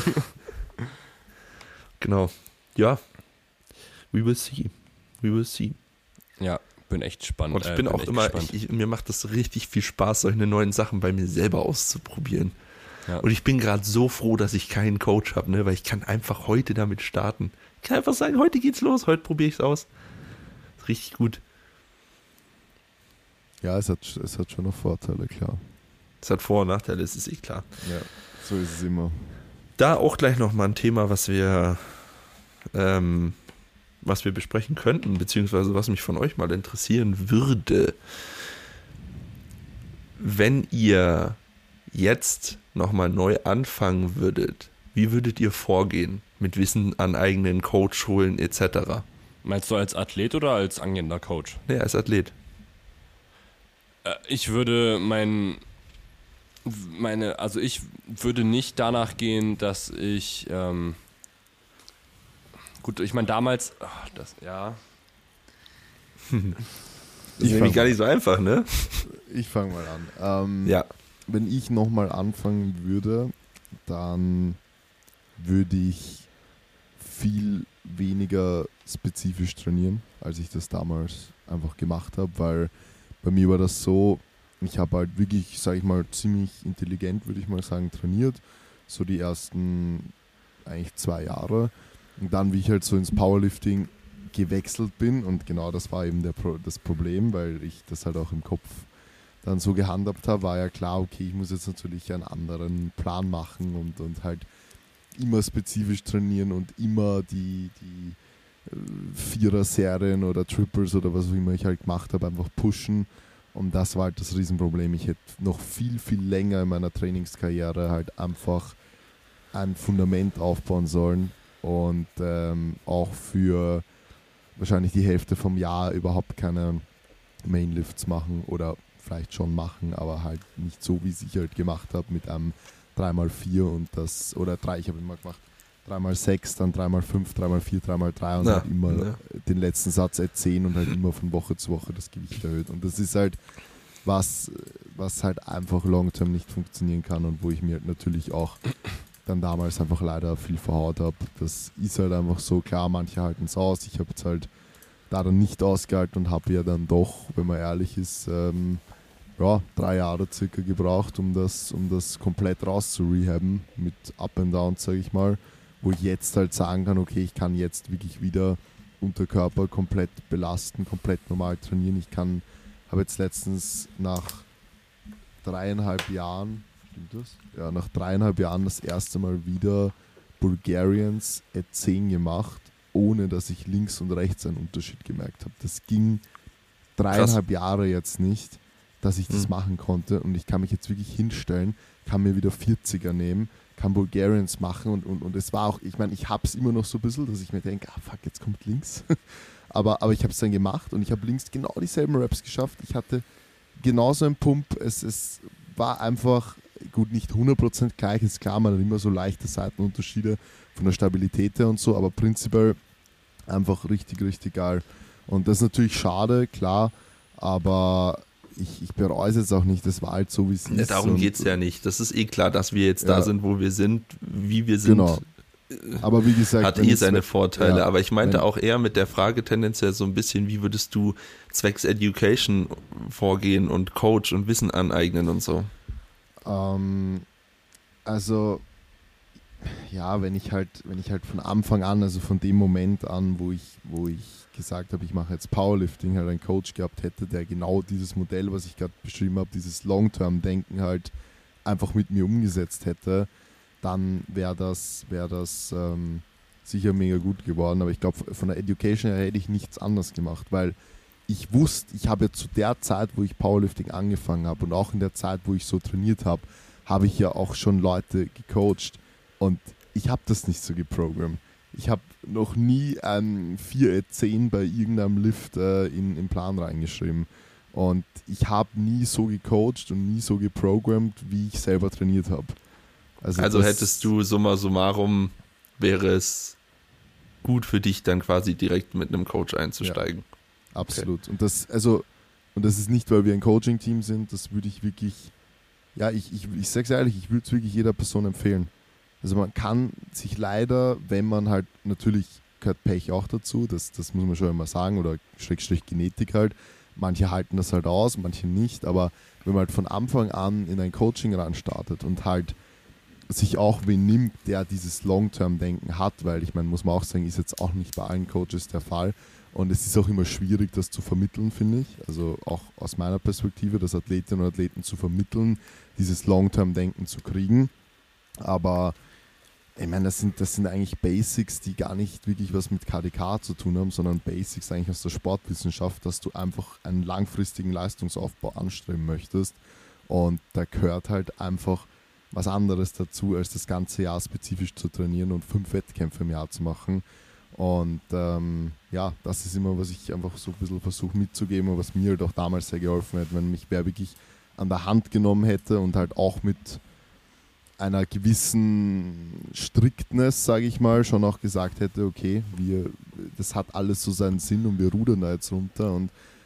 Genau. Ja. We will see. Ja, bin echt spannend. Und ich bin auch immer, mir macht das richtig viel Spaß, solche neuen Sachen bei mir selber auszuprobieren. Ja. Und ich bin gerade so froh, dass ich keinen Coach habe, ne? Weil ich kann einfach heute damit starten. Ich kann einfach sagen, heute geht's los, heute probiere ich es aus. Ist richtig gut. Ja, es hat schon noch Vorteile, klar. Es hat Vor- und Nachteile, das ist klar. Ja, so ist es immer. Da auch gleich nochmal ein Thema, was wir besprechen könnten, beziehungsweise was mich von euch mal interessieren würde. Wenn ihr jetzt nochmal neu anfangen würdet, wie würdet ihr vorgehen mit Wissen an eigenen Coach holen etc.? Meinst du als Athlet oder als angehender Coach? Nee, als Athlet. Ich würde ich würde nicht danach gehen, dass ich gut, ich meine damals, Das ist nämlich gar nicht so einfach, ne? Ich fange mal an. Ja. Wenn ich nochmal anfangen würde, dann würde ich viel weniger spezifisch trainieren, als ich das damals einfach gemacht habe, weil bei mir war das so, ich habe halt wirklich, sage ich mal, ziemlich intelligent, würde ich mal sagen, trainiert, so die ersten eigentlich 2 Jahre. Und dann, wie ich halt so ins Powerlifting gewechselt bin, und genau das war eben das Problem, weil ich das halt auch im Kopf dann so gehandhabt habe, war ja klar, okay, ich muss jetzt natürlich einen anderen Plan machen und halt immer spezifisch trainieren und immer die Vierer-Serien oder Triples oder was auch immer ich halt gemacht habe, einfach pushen. Und das war halt das Riesenproblem. Ich hätte noch viel, viel länger in meiner Trainingskarriere halt einfach ein Fundament aufbauen sollen und auch für wahrscheinlich die Hälfte vom Jahr überhaupt keine Mainlifts machen oder vielleicht schon machen, aber halt nicht so, wie ich halt gemacht habe mit einem 3x4 und das, oder 3, ich habe immer gemacht 3x6, dann 3x5, 3x4, 3x3 und halt immer den letzten Satz 10 und halt immer von Woche zu Woche das Gewicht erhöht. Und das ist halt was halt einfach long-term nicht funktionieren kann und wo ich mir halt natürlich auch dann damals einfach leider viel verhaut habe. Das ist halt einfach so, klar, manche halten es aus, ich habe es halt da dann nicht ausgehalten und habe ja dann doch, wenn man ehrlich ist, 3 Jahre circa gebraucht, um das komplett rauszurehaben mit Up and Downs, sage ich mal, wo ich jetzt halt sagen kann, okay, ich kann jetzt wirklich wieder Unterkörper komplett belasten, komplett normal trainieren. Habe jetzt letztens nach 3,5 Jahren, stimmt das? Ja, nach 3,5 Jahren das erste Mal wieder Bulgarians at 10 gemacht, ohne dass ich links und rechts einen Unterschied gemerkt habe. Das ging 3,5 Jahre jetzt nicht, dass ich das machen konnte, und ich kann mich jetzt wirklich hinstellen, kann mir wieder 40er nehmen, kann Bulgarians machen und es war auch, ich meine, ich habe es immer noch so ein bisschen, dass ich mir denke, fuck, jetzt kommt links. aber ich habe es dann gemacht und ich habe links genau dieselben Reps geschafft. Ich hatte genauso einen Pump, es war einfach, gut, nicht 100% gleich, ist klar, man hat immer so leichte Seitenunterschiede von der Stabilität her und so, aber prinzipiell einfach richtig, richtig geil. Und das ist natürlich schade, klar, aber ich bereue es jetzt auch nicht, das war halt so, wie es ist. Darum geht es ja nicht. Das ist klar, dass wir jetzt da sind, wo wir sind, wie wir sind. Genau. Aber wie gesagt, hat seine Vorteile. Aber ich meinte auch eher mit der Frage tendenziell so ein bisschen, wie würdest du zwecks Education vorgehen und Coach und Wissen aneignen und so? Also, ja, wenn ich halt von Anfang an, also von dem Moment an, wo ich gesagt habe, ich mache jetzt Powerlifting, halt einen Coach gehabt hätte, der genau dieses Modell, was ich gerade beschrieben habe, dieses Long-Term-Denken halt einfach mit mir umgesetzt hätte, dann wäre das sicher mega gut geworden. Aber ich glaube, von der Education her hätte ich nichts anderes gemacht, weil ich wusste, ich habe zu der Zeit, wo ich Powerlifting angefangen habe und auch in der Zeit, wo ich so trainiert habe, habe ich ja auch schon Leute gecoacht und ich habe das nicht so geprogrammt. Ich habe noch nie ein 4-10 bei irgendeinem Lift in Plan reingeschrieben. Und ich habe nie so gecoacht und nie so geprogrammt, wie ich selber trainiert habe. Also hättest du summa summarum, wäre es gut für dich, dann quasi direkt mit einem Coach einzusteigen. Ja, absolut. Okay. Und das ist nicht, weil wir ein Coaching-Team sind, das würde ich wirklich, ja, ich sage es ehrlich, ich würde es wirklich jeder Person empfehlen. Also man kann sich leider, wenn man halt, natürlich gehört Pech auch dazu, das muss man schon immer sagen, oder Schrägstrich Genetik halt, manche halten das halt aus, manche nicht, aber wenn man halt von Anfang an in ein Coaching ran startet und halt sich auch wen nimmt, der dieses Long-Term-Denken hat, weil ich meine, muss man auch sagen, ist jetzt auch nicht bei allen Coaches der Fall und es ist auch immer schwierig, das zu vermitteln, finde ich, also auch aus meiner Perspektive, das Athletinnen und Athleten zu vermitteln, dieses Long-Term-Denken zu kriegen, aber ich meine, das sind eigentlich Basics, die gar nicht wirklich was mit KDK zu tun haben, sondern Basics eigentlich aus der Sportwissenschaft, dass du einfach einen langfristigen Leistungsaufbau anstreben möchtest. Und da gehört halt einfach was anderes dazu, als das ganze Jahr spezifisch zu trainieren und 5 Wettkämpfe im Jahr zu machen. Und das ist immer, was ich einfach so ein bisschen versuche mitzugeben und was mir halt auch damals sehr geholfen hat, wenn mich wer wirklich an der Hand genommen hätte und halt auch mit einer gewissen Strictness, sage ich mal, schon auch gesagt hätte, okay, das hat alles so seinen Sinn und wir rudern da jetzt runter und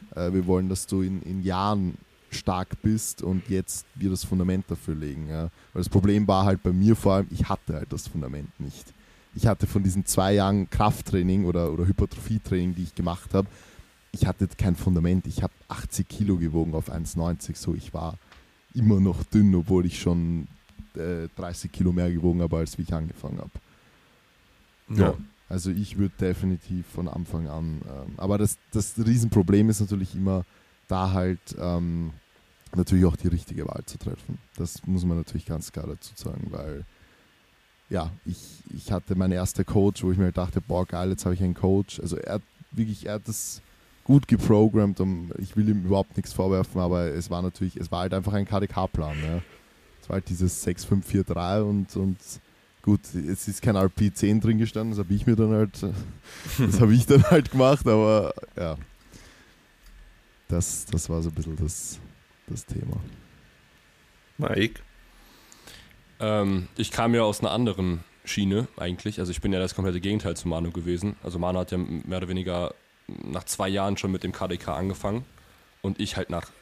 wir wollen, dass du in Jahren stark bist und jetzt wir das Fundament dafür legen. Ja. Weil das Problem war halt bei mir vor allem, ich hatte halt das Fundament nicht. Ich hatte von diesen 2 Jahren Krafttraining oder Hypertrophietraining, die ich gemacht habe, ich hatte kein Fundament. Ich habe 80 Kilo gewogen auf 1,90. So, ich war immer noch dünn, obwohl ich schon 30 Kilo mehr gewogen habe, als wie ich angefangen habe. Ja. Also ich würde definitiv von Anfang an, aber das Riesenproblem ist natürlich immer, da halt natürlich auch die richtige Wahl zu treffen. Das muss man natürlich ganz klar dazu sagen, weil ja, ich hatte meinen ersten Coach, wo ich mir halt dachte, boah geil, jetzt habe ich einen Coach. Also er hat das gut geprogrammt und ich will ihm überhaupt nichts vorwerfen, aber es war halt einfach ein KDK-Plan. Ja. Es war halt dieses 6-5-4-3 und gut, es ist kein RP10 drin gestanden, das habe ich dann halt gemacht, aber ja, das war so ein bisschen das Thema. Mike? Ich kam ja aus einer anderen Schiene eigentlich, also ich bin ja das komplette Gegenteil zu Manu gewesen. Also Manu hat ja mehr oder weniger nach 2 Jahren schon mit dem KDK angefangen und ich halt nach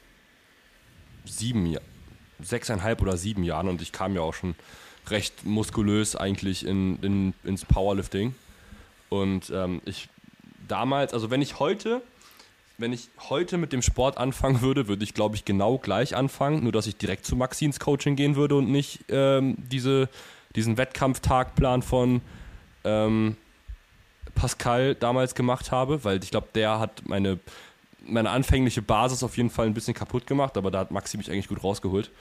6,5 oder 7 Jahren, und ich kam ja auch schon recht muskulös eigentlich ins Powerlifting. Und ich damals, also wenn ich heute mit dem Sport anfangen würde ich, glaube ich, genau gleich anfangen, nur dass ich direkt zu Maxi ins Coaching gehen würde und nicht diesen Wettkampftagplan von Pascal damals gemacht habe, weil ich glaube, der hat meine anfängliche Basis auf jeden Fall ein bisschen kaputt gemacht, aber da hat Maxi mich eigentlich gut rausgeholt.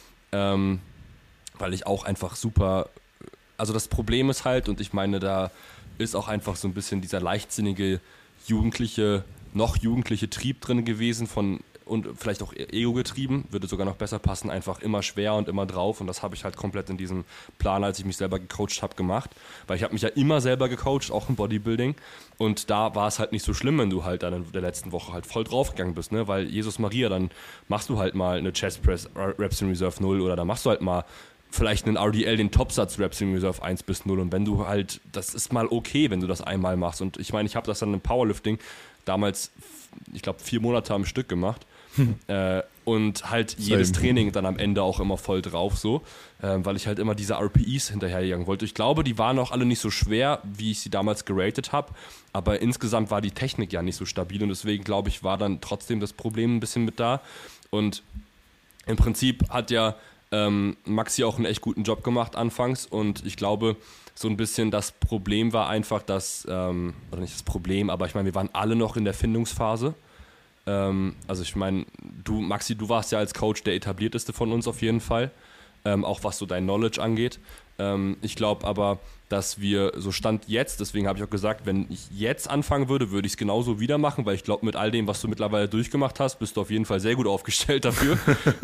Weil ich auch einfach super, also das Problem ist halt, und ich meine, da ist auch einfach so ein bisschen dieser leichtsinnige, noch jugendliche Trieb drin gewesen und vielleicht auch Ego getrieben, würde sogar noch besser passen, einfach immer schwer und immer drauf, und das habe ich halt komplett in diesem Plan, als ich mich selber gecoacht habe, gemacht, weil ich habe mich ja immer selber gecoacht, auch im Bodybuilding, und da war es halt nicht so schlimm, wenn du halt dann in der letzten Woche halt voll draufgegangen bist, ne? Weil Jesus Maria, dann machst du halt mal eine Chest Press Reps in Reserve 0 oder dann machst du halt mal vielleicht einen RDL, den Topsatz Reps in Reserve 1-0, und wenn du halt, das ist mal okay, wenn du das einmal machst, und ich meine, ich habe das dann im Powerlifting damals, ich glaube, 4 Monate am Stück gemacht und halt jedes Training dann am Ende auch immer voll drauf so, weil ich halt immer diese RPEs hinterherjagen wollte. Ich glaube, die waren auch alle nicht so schwer, wie ich sie damals geratet habe, aber insgesamt war die Technik ja nicht so stabil, und deswegen, glaube ich, war dann trotzdem das Problem ein bisschen mit da, und im Prinzip hat ja Maxi auch einen echt guten Job gemacht anfangs, und ich glaube, so ein bisschen das Problem war einfach, dass, oder nicht das Problem, aber ich meine, wir waren alle noch in der Findungsphase. Also ich meine, Maxi, du warst ja als Coach der etablierteste von uns auf jeden Fall, auch was so dein Knowledge angeht. Ich glaube aber, dass wir, so Stand jetzt, deswegen habe ich auch gesagt, wenn ich jetzt anfangen würde ich es genauso wieder machen, weil ich glaube, mit all dem, was du mittlerweile durchgemacht hast, bist du auf jeden Fall sehr gut aufgestellt dafür.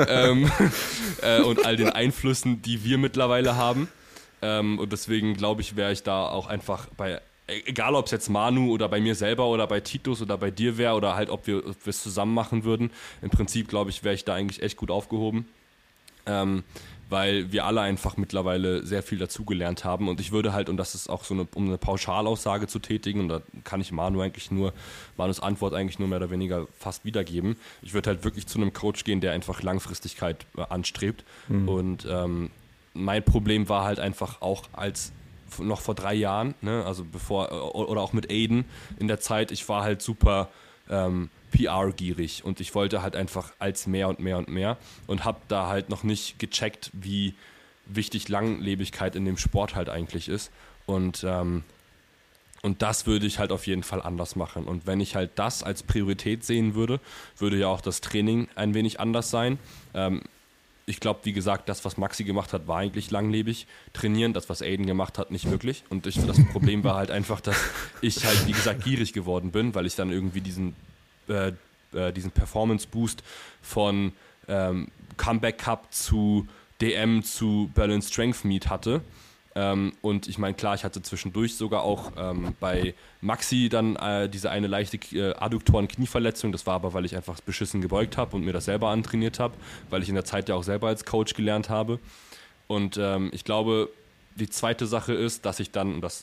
Und all den Einflüssen, die wir mittlerweile haben. Und deswegen glaube ich, wäre ich da auch einfach egal ob es jetzt Manu oder bei mir selber oder bei Titus oder bei dir wäre oder halt ob wir es zusammen machen würden, im Prinzip glaube ich, wäre ich da eigentlich echt gut aufgehoben. Weil wir alle einfach mittlerweile sehr viel dazugelernt haben, und ich würde halt, und das ist auch so um eine Pauschalaussage zu tätigen, und da kann ich Manus Antwort eigentlich nur mehr oder weniger fast wiedergeben, ich würde halt wirklich zu einem Coach gehen, der einfach Langfristigkeit anstrebt, und mein Problem war halt einfach auch noch vor 3 Jahren, ne, also oder auch mit Aiden in der Zeit, ich war halt super PR-gierig, und ich wollte halt einfach als mehr und mehr und mehr, und habe da halt noch nicht gecheckt, wie wichtig Langlebigkeit in dem Sport halt eigentlich ist, und das würde ich halt auf jeden Fall anders machen, und wenn ich halt das als Priorität sehen würde ja auch das Training ein wenig anders sein. Ich glaube, wie gesagt, das, was Maxi gemacht hat, war eigentlich langlebig trainieren. Das, was Aiden gemacht hat, nicht wirklich. Und das Problem war halt einfach, dass ich halt, wie gesagt, gierig geworden bin, weil ich dann irgendwie diesen Performance-Boost von Comeback Cup zu DM zu Berlin Strength Meet hatte. Und ich meine, klar, ich hatte zwischendurch sogar auch bei Maxi dann diese eine leichte Adduktoren-Knieverletzung. Das war aber, weil ich einfach beschissen gebeugt habe und mir das selber antrainiert habe, weil ich in der Zeit ja auch selber als Coach gelernt habe. Und ich glaube, die zweite Sache ist, dass ich dann, und das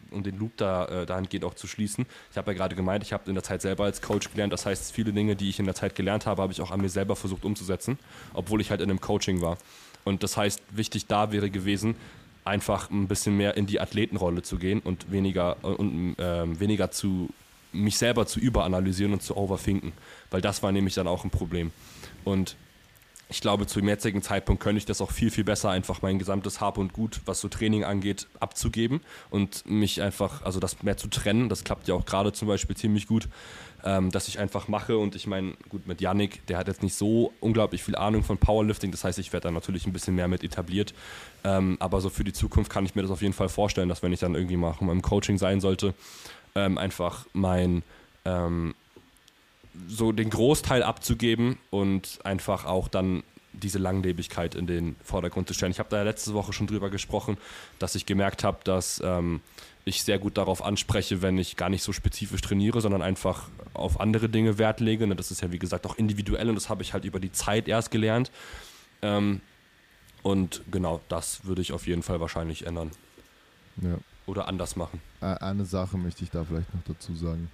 den Loop dahingehend auch zu schließen. Ich habe ja gerade gemeint, ich habe in der Zeit selber als Coach gelernt. Das heißt, viele Dinge, die ich in der Zeit gelernt habe, habe ich auch an mir selber versucht umzusetzen, obwohl ich halt in einem Coaching war. Und das heißt, wichtig da wäre gewesen, einfach ein bisschen mehr in die Athletenrolle zu gehen und weniger zu mich selber zu überanalysieren und zu overthinken, weil das war nämlich dann auch ein Problem. Und ich glaube, zu dem jetzigen Zeitpunkt könnte ich das auch viel, viel besser, einfach mein gesamtes Hab und Gut, was so Training angeht, abzugeben und mich einfach, also das mehr zu trennen. Das klappt ja auch gerade zum Beispiel ziemlich gut, dass ich einfach mache. Und ich meine, gut, mit Yannick, der hat jetzt nicht so unglaublich viel Ahnung von Powerlifting. Das heißt, ich werde da natürlich ein bisschen mehr mit etabliert. Aber so für die Zukunft kann ich mir das auf jeden Fall vorstellen, dass wenn ich dann irgendwie mal im Coaching sein sollte, einfach so den Großteil abzugeben und einfach auch dann diese Langlebigkeit in den Vordergrund zu stellen. Ich habe da letzte Woche schon drüber gesprochen, dass ich gemerkt habe, dass ich sehr gut darauf anspreche, wenn ich gar nicht so spezifisch trainiere, sondern einfach auf andere Dinge Wert lege. Das ist ja, wie gesagt, auch individuell und das habe ich halt über die Zeit erst gelernt. Und genau, das würde ich auf jeden Fall wahrscheinlich ändern. Ja. Oder anders machen. Eine Sache möchte ich da vielleicht noch dazu sagen.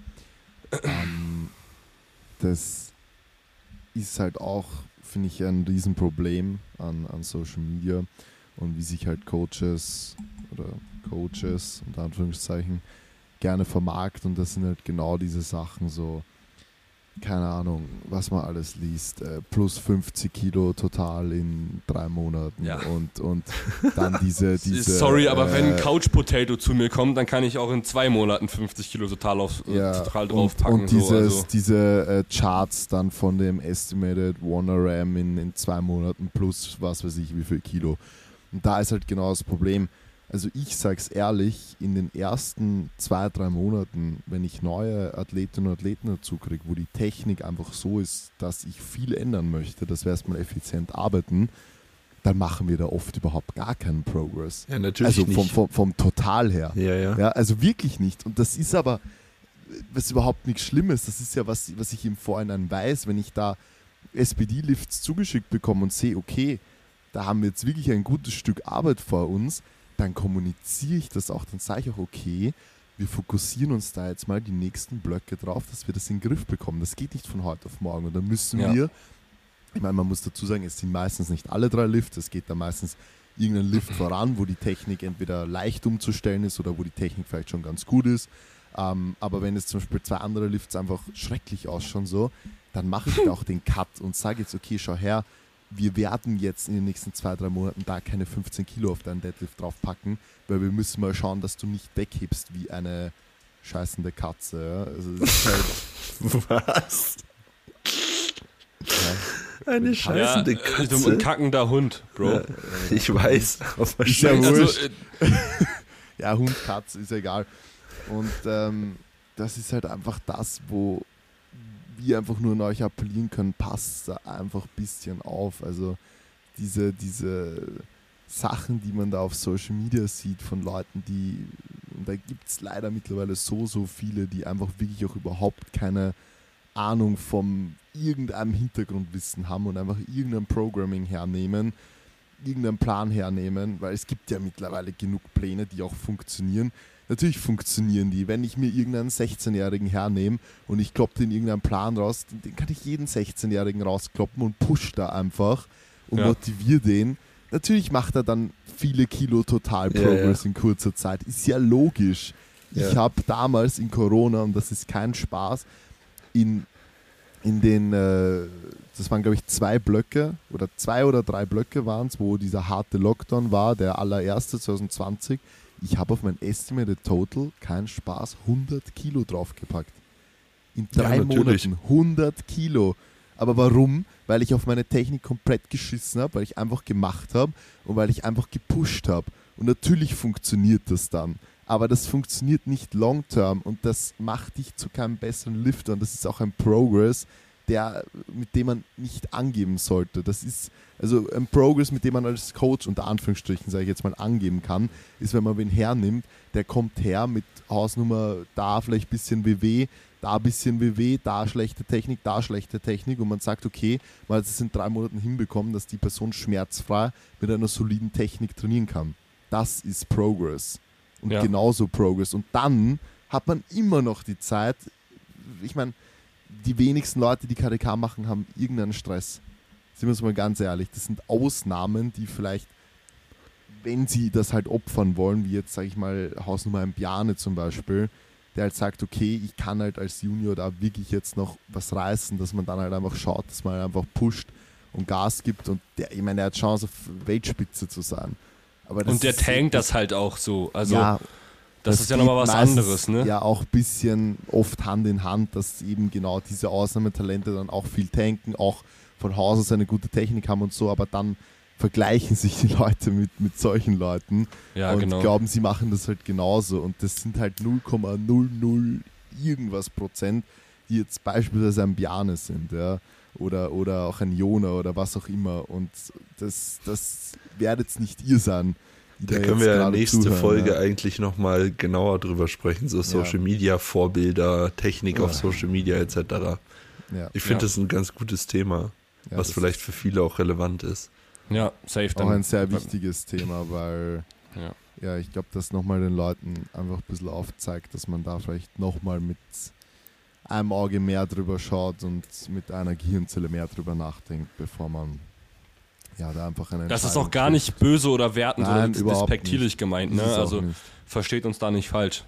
Das ist halt auch, finde ich, ein Riesenproblem an Social Media und wie sich halt Coaches unter Anführungszeichen gerne vermarkten, und das sind halt genau diese Sachen, so keine Ahnung, was man alles liest, plus 50 Kilo total in 3 Monaten, ja. und dann diese Sorry, aber wenn ein Couch Potato zu mir kommt, dann kann ich auch in 2 Monaten 50 Kilo total draufpacken. Und diese Charts dann von dem Estimated 1 RM in 2 Monaten plus was weiß ich wie viel Kilo. Und da ist halt genau das Problem. Also ich sag's ehrlich, in den ersten 2-3 Monaten, wenn ich neue Athletinnen und Athleten dazu kriege, wo die Technik einfach so ist, dass ich viel ändern möchte, dass wir erstmal effizient arbeiten, dann machen wir da oft überhaupt gar keinen Progress. Ja, natürlich also nicht. Vom Total her. Ja. Also wirklich nicht. Und das ist aber was überhaupt nichts Schlimmes. Das ist ja was ich im Vorhinein weiß, wenn ich da SPD-Lifts zugeschickt bekomme und sehe, okay, da haben wir jetzt wirklich ein gutes Stück Arbeit vor uns, dann kommuniziere ich das auch, dann sage ich auch, okay, wir fokussieren uns da jetzt mal die nächsten Blöcke drauf, dass wir das in den Griff bekommen. Das geht nicht von heute auf morgen. Und dann müssen wir, ich meine, man muss dazu sagen, es sind meistens nicht alle 3 Lifts, es geht da meistens irgendein Lift voran, wo die Technik entweder leicht umzustellen ist oder wo die Technik vielleicht schon ganz gut ist. Aber wenn jetzt zum Beispiel 2 andere Lifts einfach schrecklich ausschauen, so, dann mache ich da auch den Cut und sage jetzt, okay, schau her, wir werden jetzt in den nächsten 2-3 Monaten da keine 15 Kilo auf deinen Deadlift draufpacken, weil wir müssen mal schauen, dass du nicht weghebst wie eine scheißende Katze. Ja? Also das ist halt Was? Ja. Eine scheißende Katze. Ein kackender Hund, Bro. Ja, ich weiß, aber Ist ja wahrscheinlich. wurscht. Ja, Hund, Katze, ist egal. Und das ist halt einfach das, wo wir einfach nur an euch appellieren können, passt da einfach ein bisschen auf. Also diese Sachen, die man da auf Social Media sieht von Leuten, und da gibt es leider mittlerweile so viele, die einfach wirklich auch überhaupt keine Ahnung von irgendeinem Hintergrundwissen haben und einfach irgendein Programming hernehmen, irgendeinen Plan hernehmen, weil es gibt ja mittlerweile genug Pläne, die auch funktionieren. Natürlich funktionieren die. Wenn ich mir irgendeinen 16-Jährigen hernehme und ich kloppe den irgendeinen Plan raus, den kann ich jeden 16-Jährigen rauskloppen und push da einfach und motiviere den. Natürlich macht er dann viele Kilo total Progress in kurzer Zeit. Ist ja logisch. Ja. Ich habe damals in Corona, und das ist kein Spaß, in den, das waren glaube ich 2 Blöcke oder 2 oder 3 Blöcke waren es, wo dieser harte Lockdown war, der allererste 2020. Ich habe auf mein Estimated Total, kein Spaß, 100 Kilo draufgepackt. In 3 Monaten 100 Kilo. Aber warum? Weil ich auf meine Technik komplett geschissen habe, weil ich einfach gemacht habe und weil ich einfach gepusht habe. Und natürlich funktioniert das dann. Aber das funktioniert nicht long term und das macht dich zu keinem besseren Lifter. Und das ist auch ein Progress, mit dem man nicht angeben sollte. Das ist also ein Progress, mit dem man als Coach unter Anführungsstrichen, sage ich jetzt mal, angeben kann, ist, wenn man wen hernimmt, der kommt her mit Hausnummer, da vielleicht ein bisschen WW, da ein bisschen WW, da schlechte Technik und man sagt, okay, man hat es in 3 Monaten hinbekommen, dass die Person schmerzfrei mit einer soliden Technik trainieren kann. Das ist Progress. und Ja. genauso Progress. Und dann hat man immer noch die Zeit, ich meine, die wenigsten Leute, die KDK machen, haben irgendeinen Stress. Sind wir uns mal ganz ehrlich, das sind Ausnahmen, die vielleicht, wenn sie das halt opfern wollen, wie jetzt, sage ich mal, Hausnummer ein Bjarne zum Beispiel, der halt sagt, okay, ich kann halt als Junior da wirklich jetzt noch was reißen, dass man dann halt einfach schaut, dass man halt einfach pusht und Gas gibt und der, ich meine, der hat Chance auf Weltspitze zu sein. Aber das Und der ist- tankt das halt auch so. Also ja, das ist ja geht nochmal was meistens anderes, ne? Ja, auch ein bisschen oft Hand in Hand, dass eben genau diese Ausnahmetalente dann auch viel tanken, auch von Haus aus eine gute Technik haben und so, aber dann vergleichen sich die Leute mit solchen Leuten Ja, und genau. glauben, sie machen das halt genauso. Und das sind halt 0,00 irgendwas Prozent, die jetzt beispielsweise ein Bjarne sind, ja. Oder auch ein Jona oder was auch immer. Und das werdet jetzt nicht ihr sein. die Da jetzt können wir in der gerade nächsten zuhören, Folge ja. eigentlich nochmal genauer drüber sprechen, so Social Media Vorbilder, Technik auf Social Media etc. Ja. Ich finde Ja. das ein ganz gutes Thema, Ja, was das vielleicht ist für viele auch relevant ist. Ja, safe dann. auch ein sehr wichtiges Thema, weil Ja. ich glaube, das nochmal den Leuten einfach ein bisschen aufzeigt, dass man da vielleicht nochmal mit einem Auge mehr drüber schaut und mit einer Gehirnzelle mehr drüber nachdenkt, bevor man da einfach eine Das ist Entscheidung auch gar nicht trifft. böse oder wertend Nein, oder überhaupt despektierlich gemeint, Ist ne? es auch Also nicht. versteht uns da nicht falsch.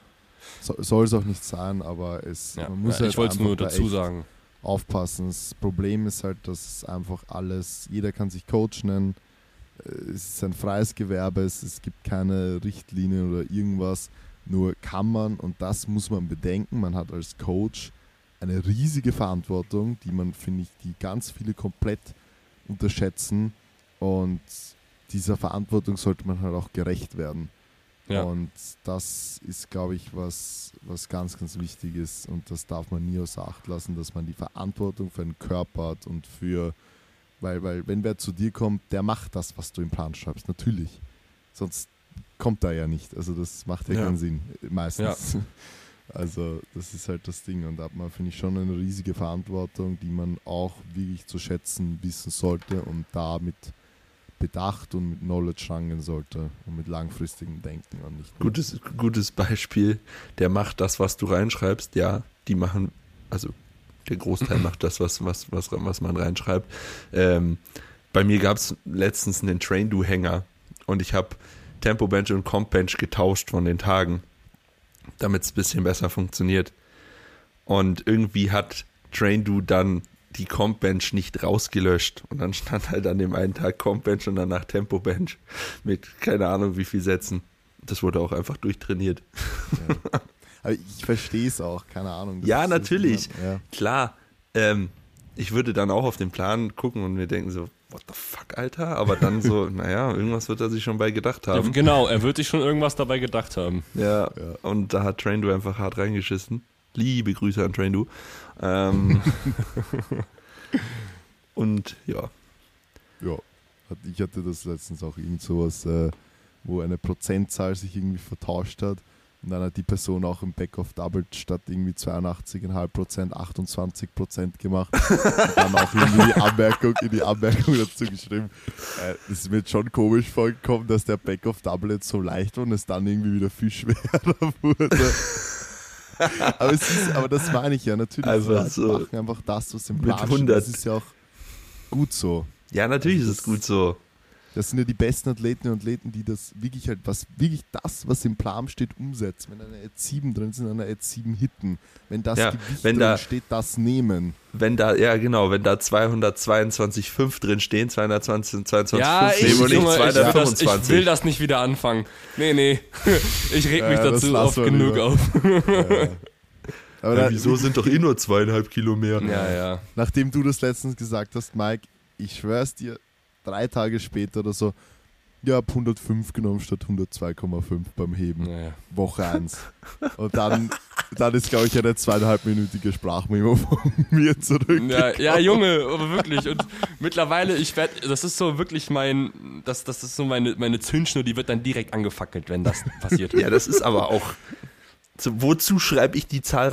Soll es auch nicht sein, aber Ja. man muss Ja, halt ich wollte es einfach nur da dazu echt sagen. aufpassen. Das Problem ist halt, dass einfach alles, jeder kann sich Coach nennen, es ist ein freies Gewerbe, es gibt keine Richtlinien oder irgendwas, nur kann man, und das muss man bedenken, man hat als Coach eine riesige Verantwortung, die man, finde ich, die ganz viele komplett unterschätzen, und dieser Verantwortung sollte man halt auch gerecht werden. Ja. Und das ist, glaube ich, was ganz, ganz wichtig ist, und das darf man nie außer Acht lassen, dass man die Verantwortung für den Körper hat und für, weil wenn wer zu dir kommt, der macht das, was du im Plan schreibst, natürlich. Sonst kommt er ja nicht. Also das macht ja Ja. keinen Sinn, meistens. Also das ist halt das Ding, und da hat man, finde ich, schon eine riesige Verantwortung, die man auch wirklich zu schätzen wissen sollte und da mit Bedacht und mit Knowledge rangehen sollte und mit langfristigem Denken und nicht nur. Gutes Beispiel, der macht das, was du reinschreibst, ja, die machen, also der Großteil macht das, was man reinschreibt. Bei mir gab es letztens einen Train-Do-Hänger und ich habe Tempo-Bench und Comp-Bench getauscht von den Tagen, damit es ein bisschen besser funktioniert. Und irgendwie hat Train-Do dann die Comp-Bench nicht rausgelöscht und dann stand halt an dem einen Tag Comp-Bench und danach Tempo-Bench mit keine Ahnung wie viel Sätzen. Das wurde auch einfach durchtrainiert. Ja. Aber ich verstehe es auch, keine Ahnung. Das Ja, ist- natürlich. Ja. Klar, ich würde dann auch auf den Plan gucken und mir denken so, what the fuck, Alter? Aber dann so, naja, irgendwas wird er sich schon bei gedacht Ja, haben. genau, er wird sich schon irgendwas dabei gedacht haben. Ja, und da hat Train-Do einfach hart reingeschissen. Liebe Grüße an Train-Do. Und ja. Ja, ich hatte das letztens auch irgend sowas, wo eine Prozentzahl sich irgendwie vertauscht hat, und dann hat die Person auch im Back-of-Double statt irgendwie 82,5% 28% gemacht und dann auch irgendwie in die Anmerkung dazu geschrieben. Das ist mir jetzt schon komisch vorgekommen, dass der Back-of-Double jetzt so leicht war und es dann irgendwie wieder viel schwerer wurde. Aber das meine ich ja natürlich. Also die Leute so machen einfach das, was im mit Plan steht. 100. Das ist ja auch gut so. Ja, natürlich Also ist es gut so. Das sind ja die besten Athletinnen und Athleten, die das wirklich halt, was im Plan steht, umsetzen. Wenn eine Ad 7 drin ist, in einer Ad 7 hitten. Wenn das Ja, Gewicht wenn drin da- steht, das nehmen. Wenn da 222,5 drin stehen, 222,5 Ja, nehmen und nicht Junge, ich 225. will das nicht wieder anfangen. Nee. Ich reg mich Ja, das dazu oft lassen wir genug lieber. auf. Aber Ja, wieso sind doch nur 2,5 Kilo mehr? Ja. nachdem du das letztens gesagt hast, Mike, ich schwör's dir, 3 Tage später oder so, ja, hab 105 genommen statt 102,5 beim Heben. Ja. Woche 1. Und dann ist, glaube ich, eine 2,5-minütige Sprachmemo von mir zurück. Ja, Junge, aber wirklich. Und mittlerweile, das ist so wirklich das ist so meine Zündschnur, die wird dann direkt angefackelt, wenn das passiert. Ja, das ist aber auch. Wozu schreibe ich die Zahl rein?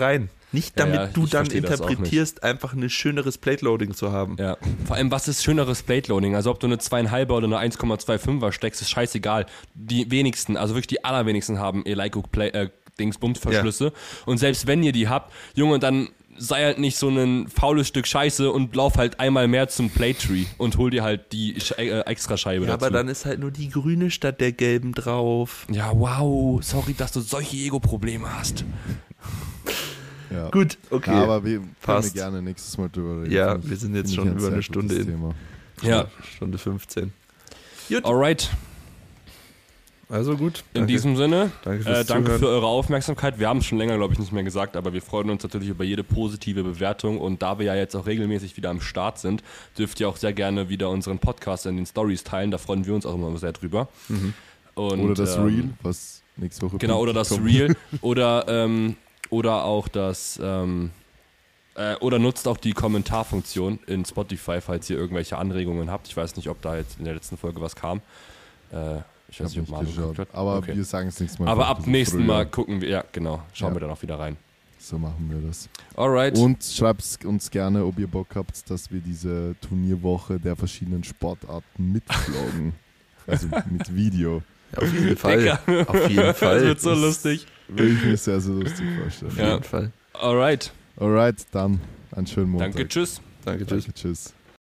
Nicht damit Ja, du ich dann versteh das auch interpretierst, einfach ein schöneres Plate-Loading zu haben. Ja, vor allem, was ist schöneres Plate-Loading? Also ob du eine 2,5er oder eine 1,25er steckst, ist scheißegal. Die wenigsten, also wirklich die allerwenigsten haben Eleiko Dingsbums-Verschlüsse. Und selbst wenn ihr die habt, Junge, dann sei halt nicht so ein faules Stück Scheiße und lauf halt einmal mehr zum Plate-Tree und hol dir halt die Extrascheibe Ja, dazu. aber dann ist halt nur die grüne statt der gelben drauf. Ja, wow, sorry, dass du solche Ego-Probleme hast. Ja. Gut, okay. Ja, aber wir können Passt. gerne nächstes Mal drüber reden. Ja, Finde ich- wir sind jetzt finde ich schon ein über sehr eine gutes Stunde in. Thema. Ja, Stunde 15. Gut, alright. also gut. In diesem Sinne, Danke fürs danke Zuhören. für eure Aufmerksamkeit. Wir haben es schon länger, glaube ich, nicht mehr gesagt, aber wir freuen uns natürlich über jede positive Bewertung. Und da wir ja jetzt auch regelmäßig wieder am Start sind, dürft ihr auch sehr gerne wieder unseren Podcast in den Stories teilen. Da freuen wir uns auch immer sehr drüber. Und, Oder das Reel, was nächste Woche Genau, oder das kommt. Reel. Oder auch das... oder nutzt auch die Kommentarfunktion in Spotify, falls ihr irgendwelche Anregungen habt. Ich weiß nicht, ob da jetzt in der letzten Folge was kam. Ich weiß nicht, ob Marvin geguckt hat. Aber Okay. wir sagen es nächstes Mal. Aber einfach ein ab bisschen nächsten früher. Mal gucken wir, ja genau, schauen Ja. wir dann auch wieder rein. So machen wir das. Alright. Und schreibt uns gerne, ob ihr Bock habt, dass wir diese Turnierwoche der verschiedenen Sportarten mitvloggen. Also mit Video. Ja, auf jeden Fall. Digga. Auf jeden Fall. Das wird so Das- lustig. Würde ich mir sehr, sehr lustig vorstellen. Auf Ja. jeden Fall. Alright. Alright, dann einen schönen Montag. Danke, tschüss. Danke, tschüss. Danke, tschüss.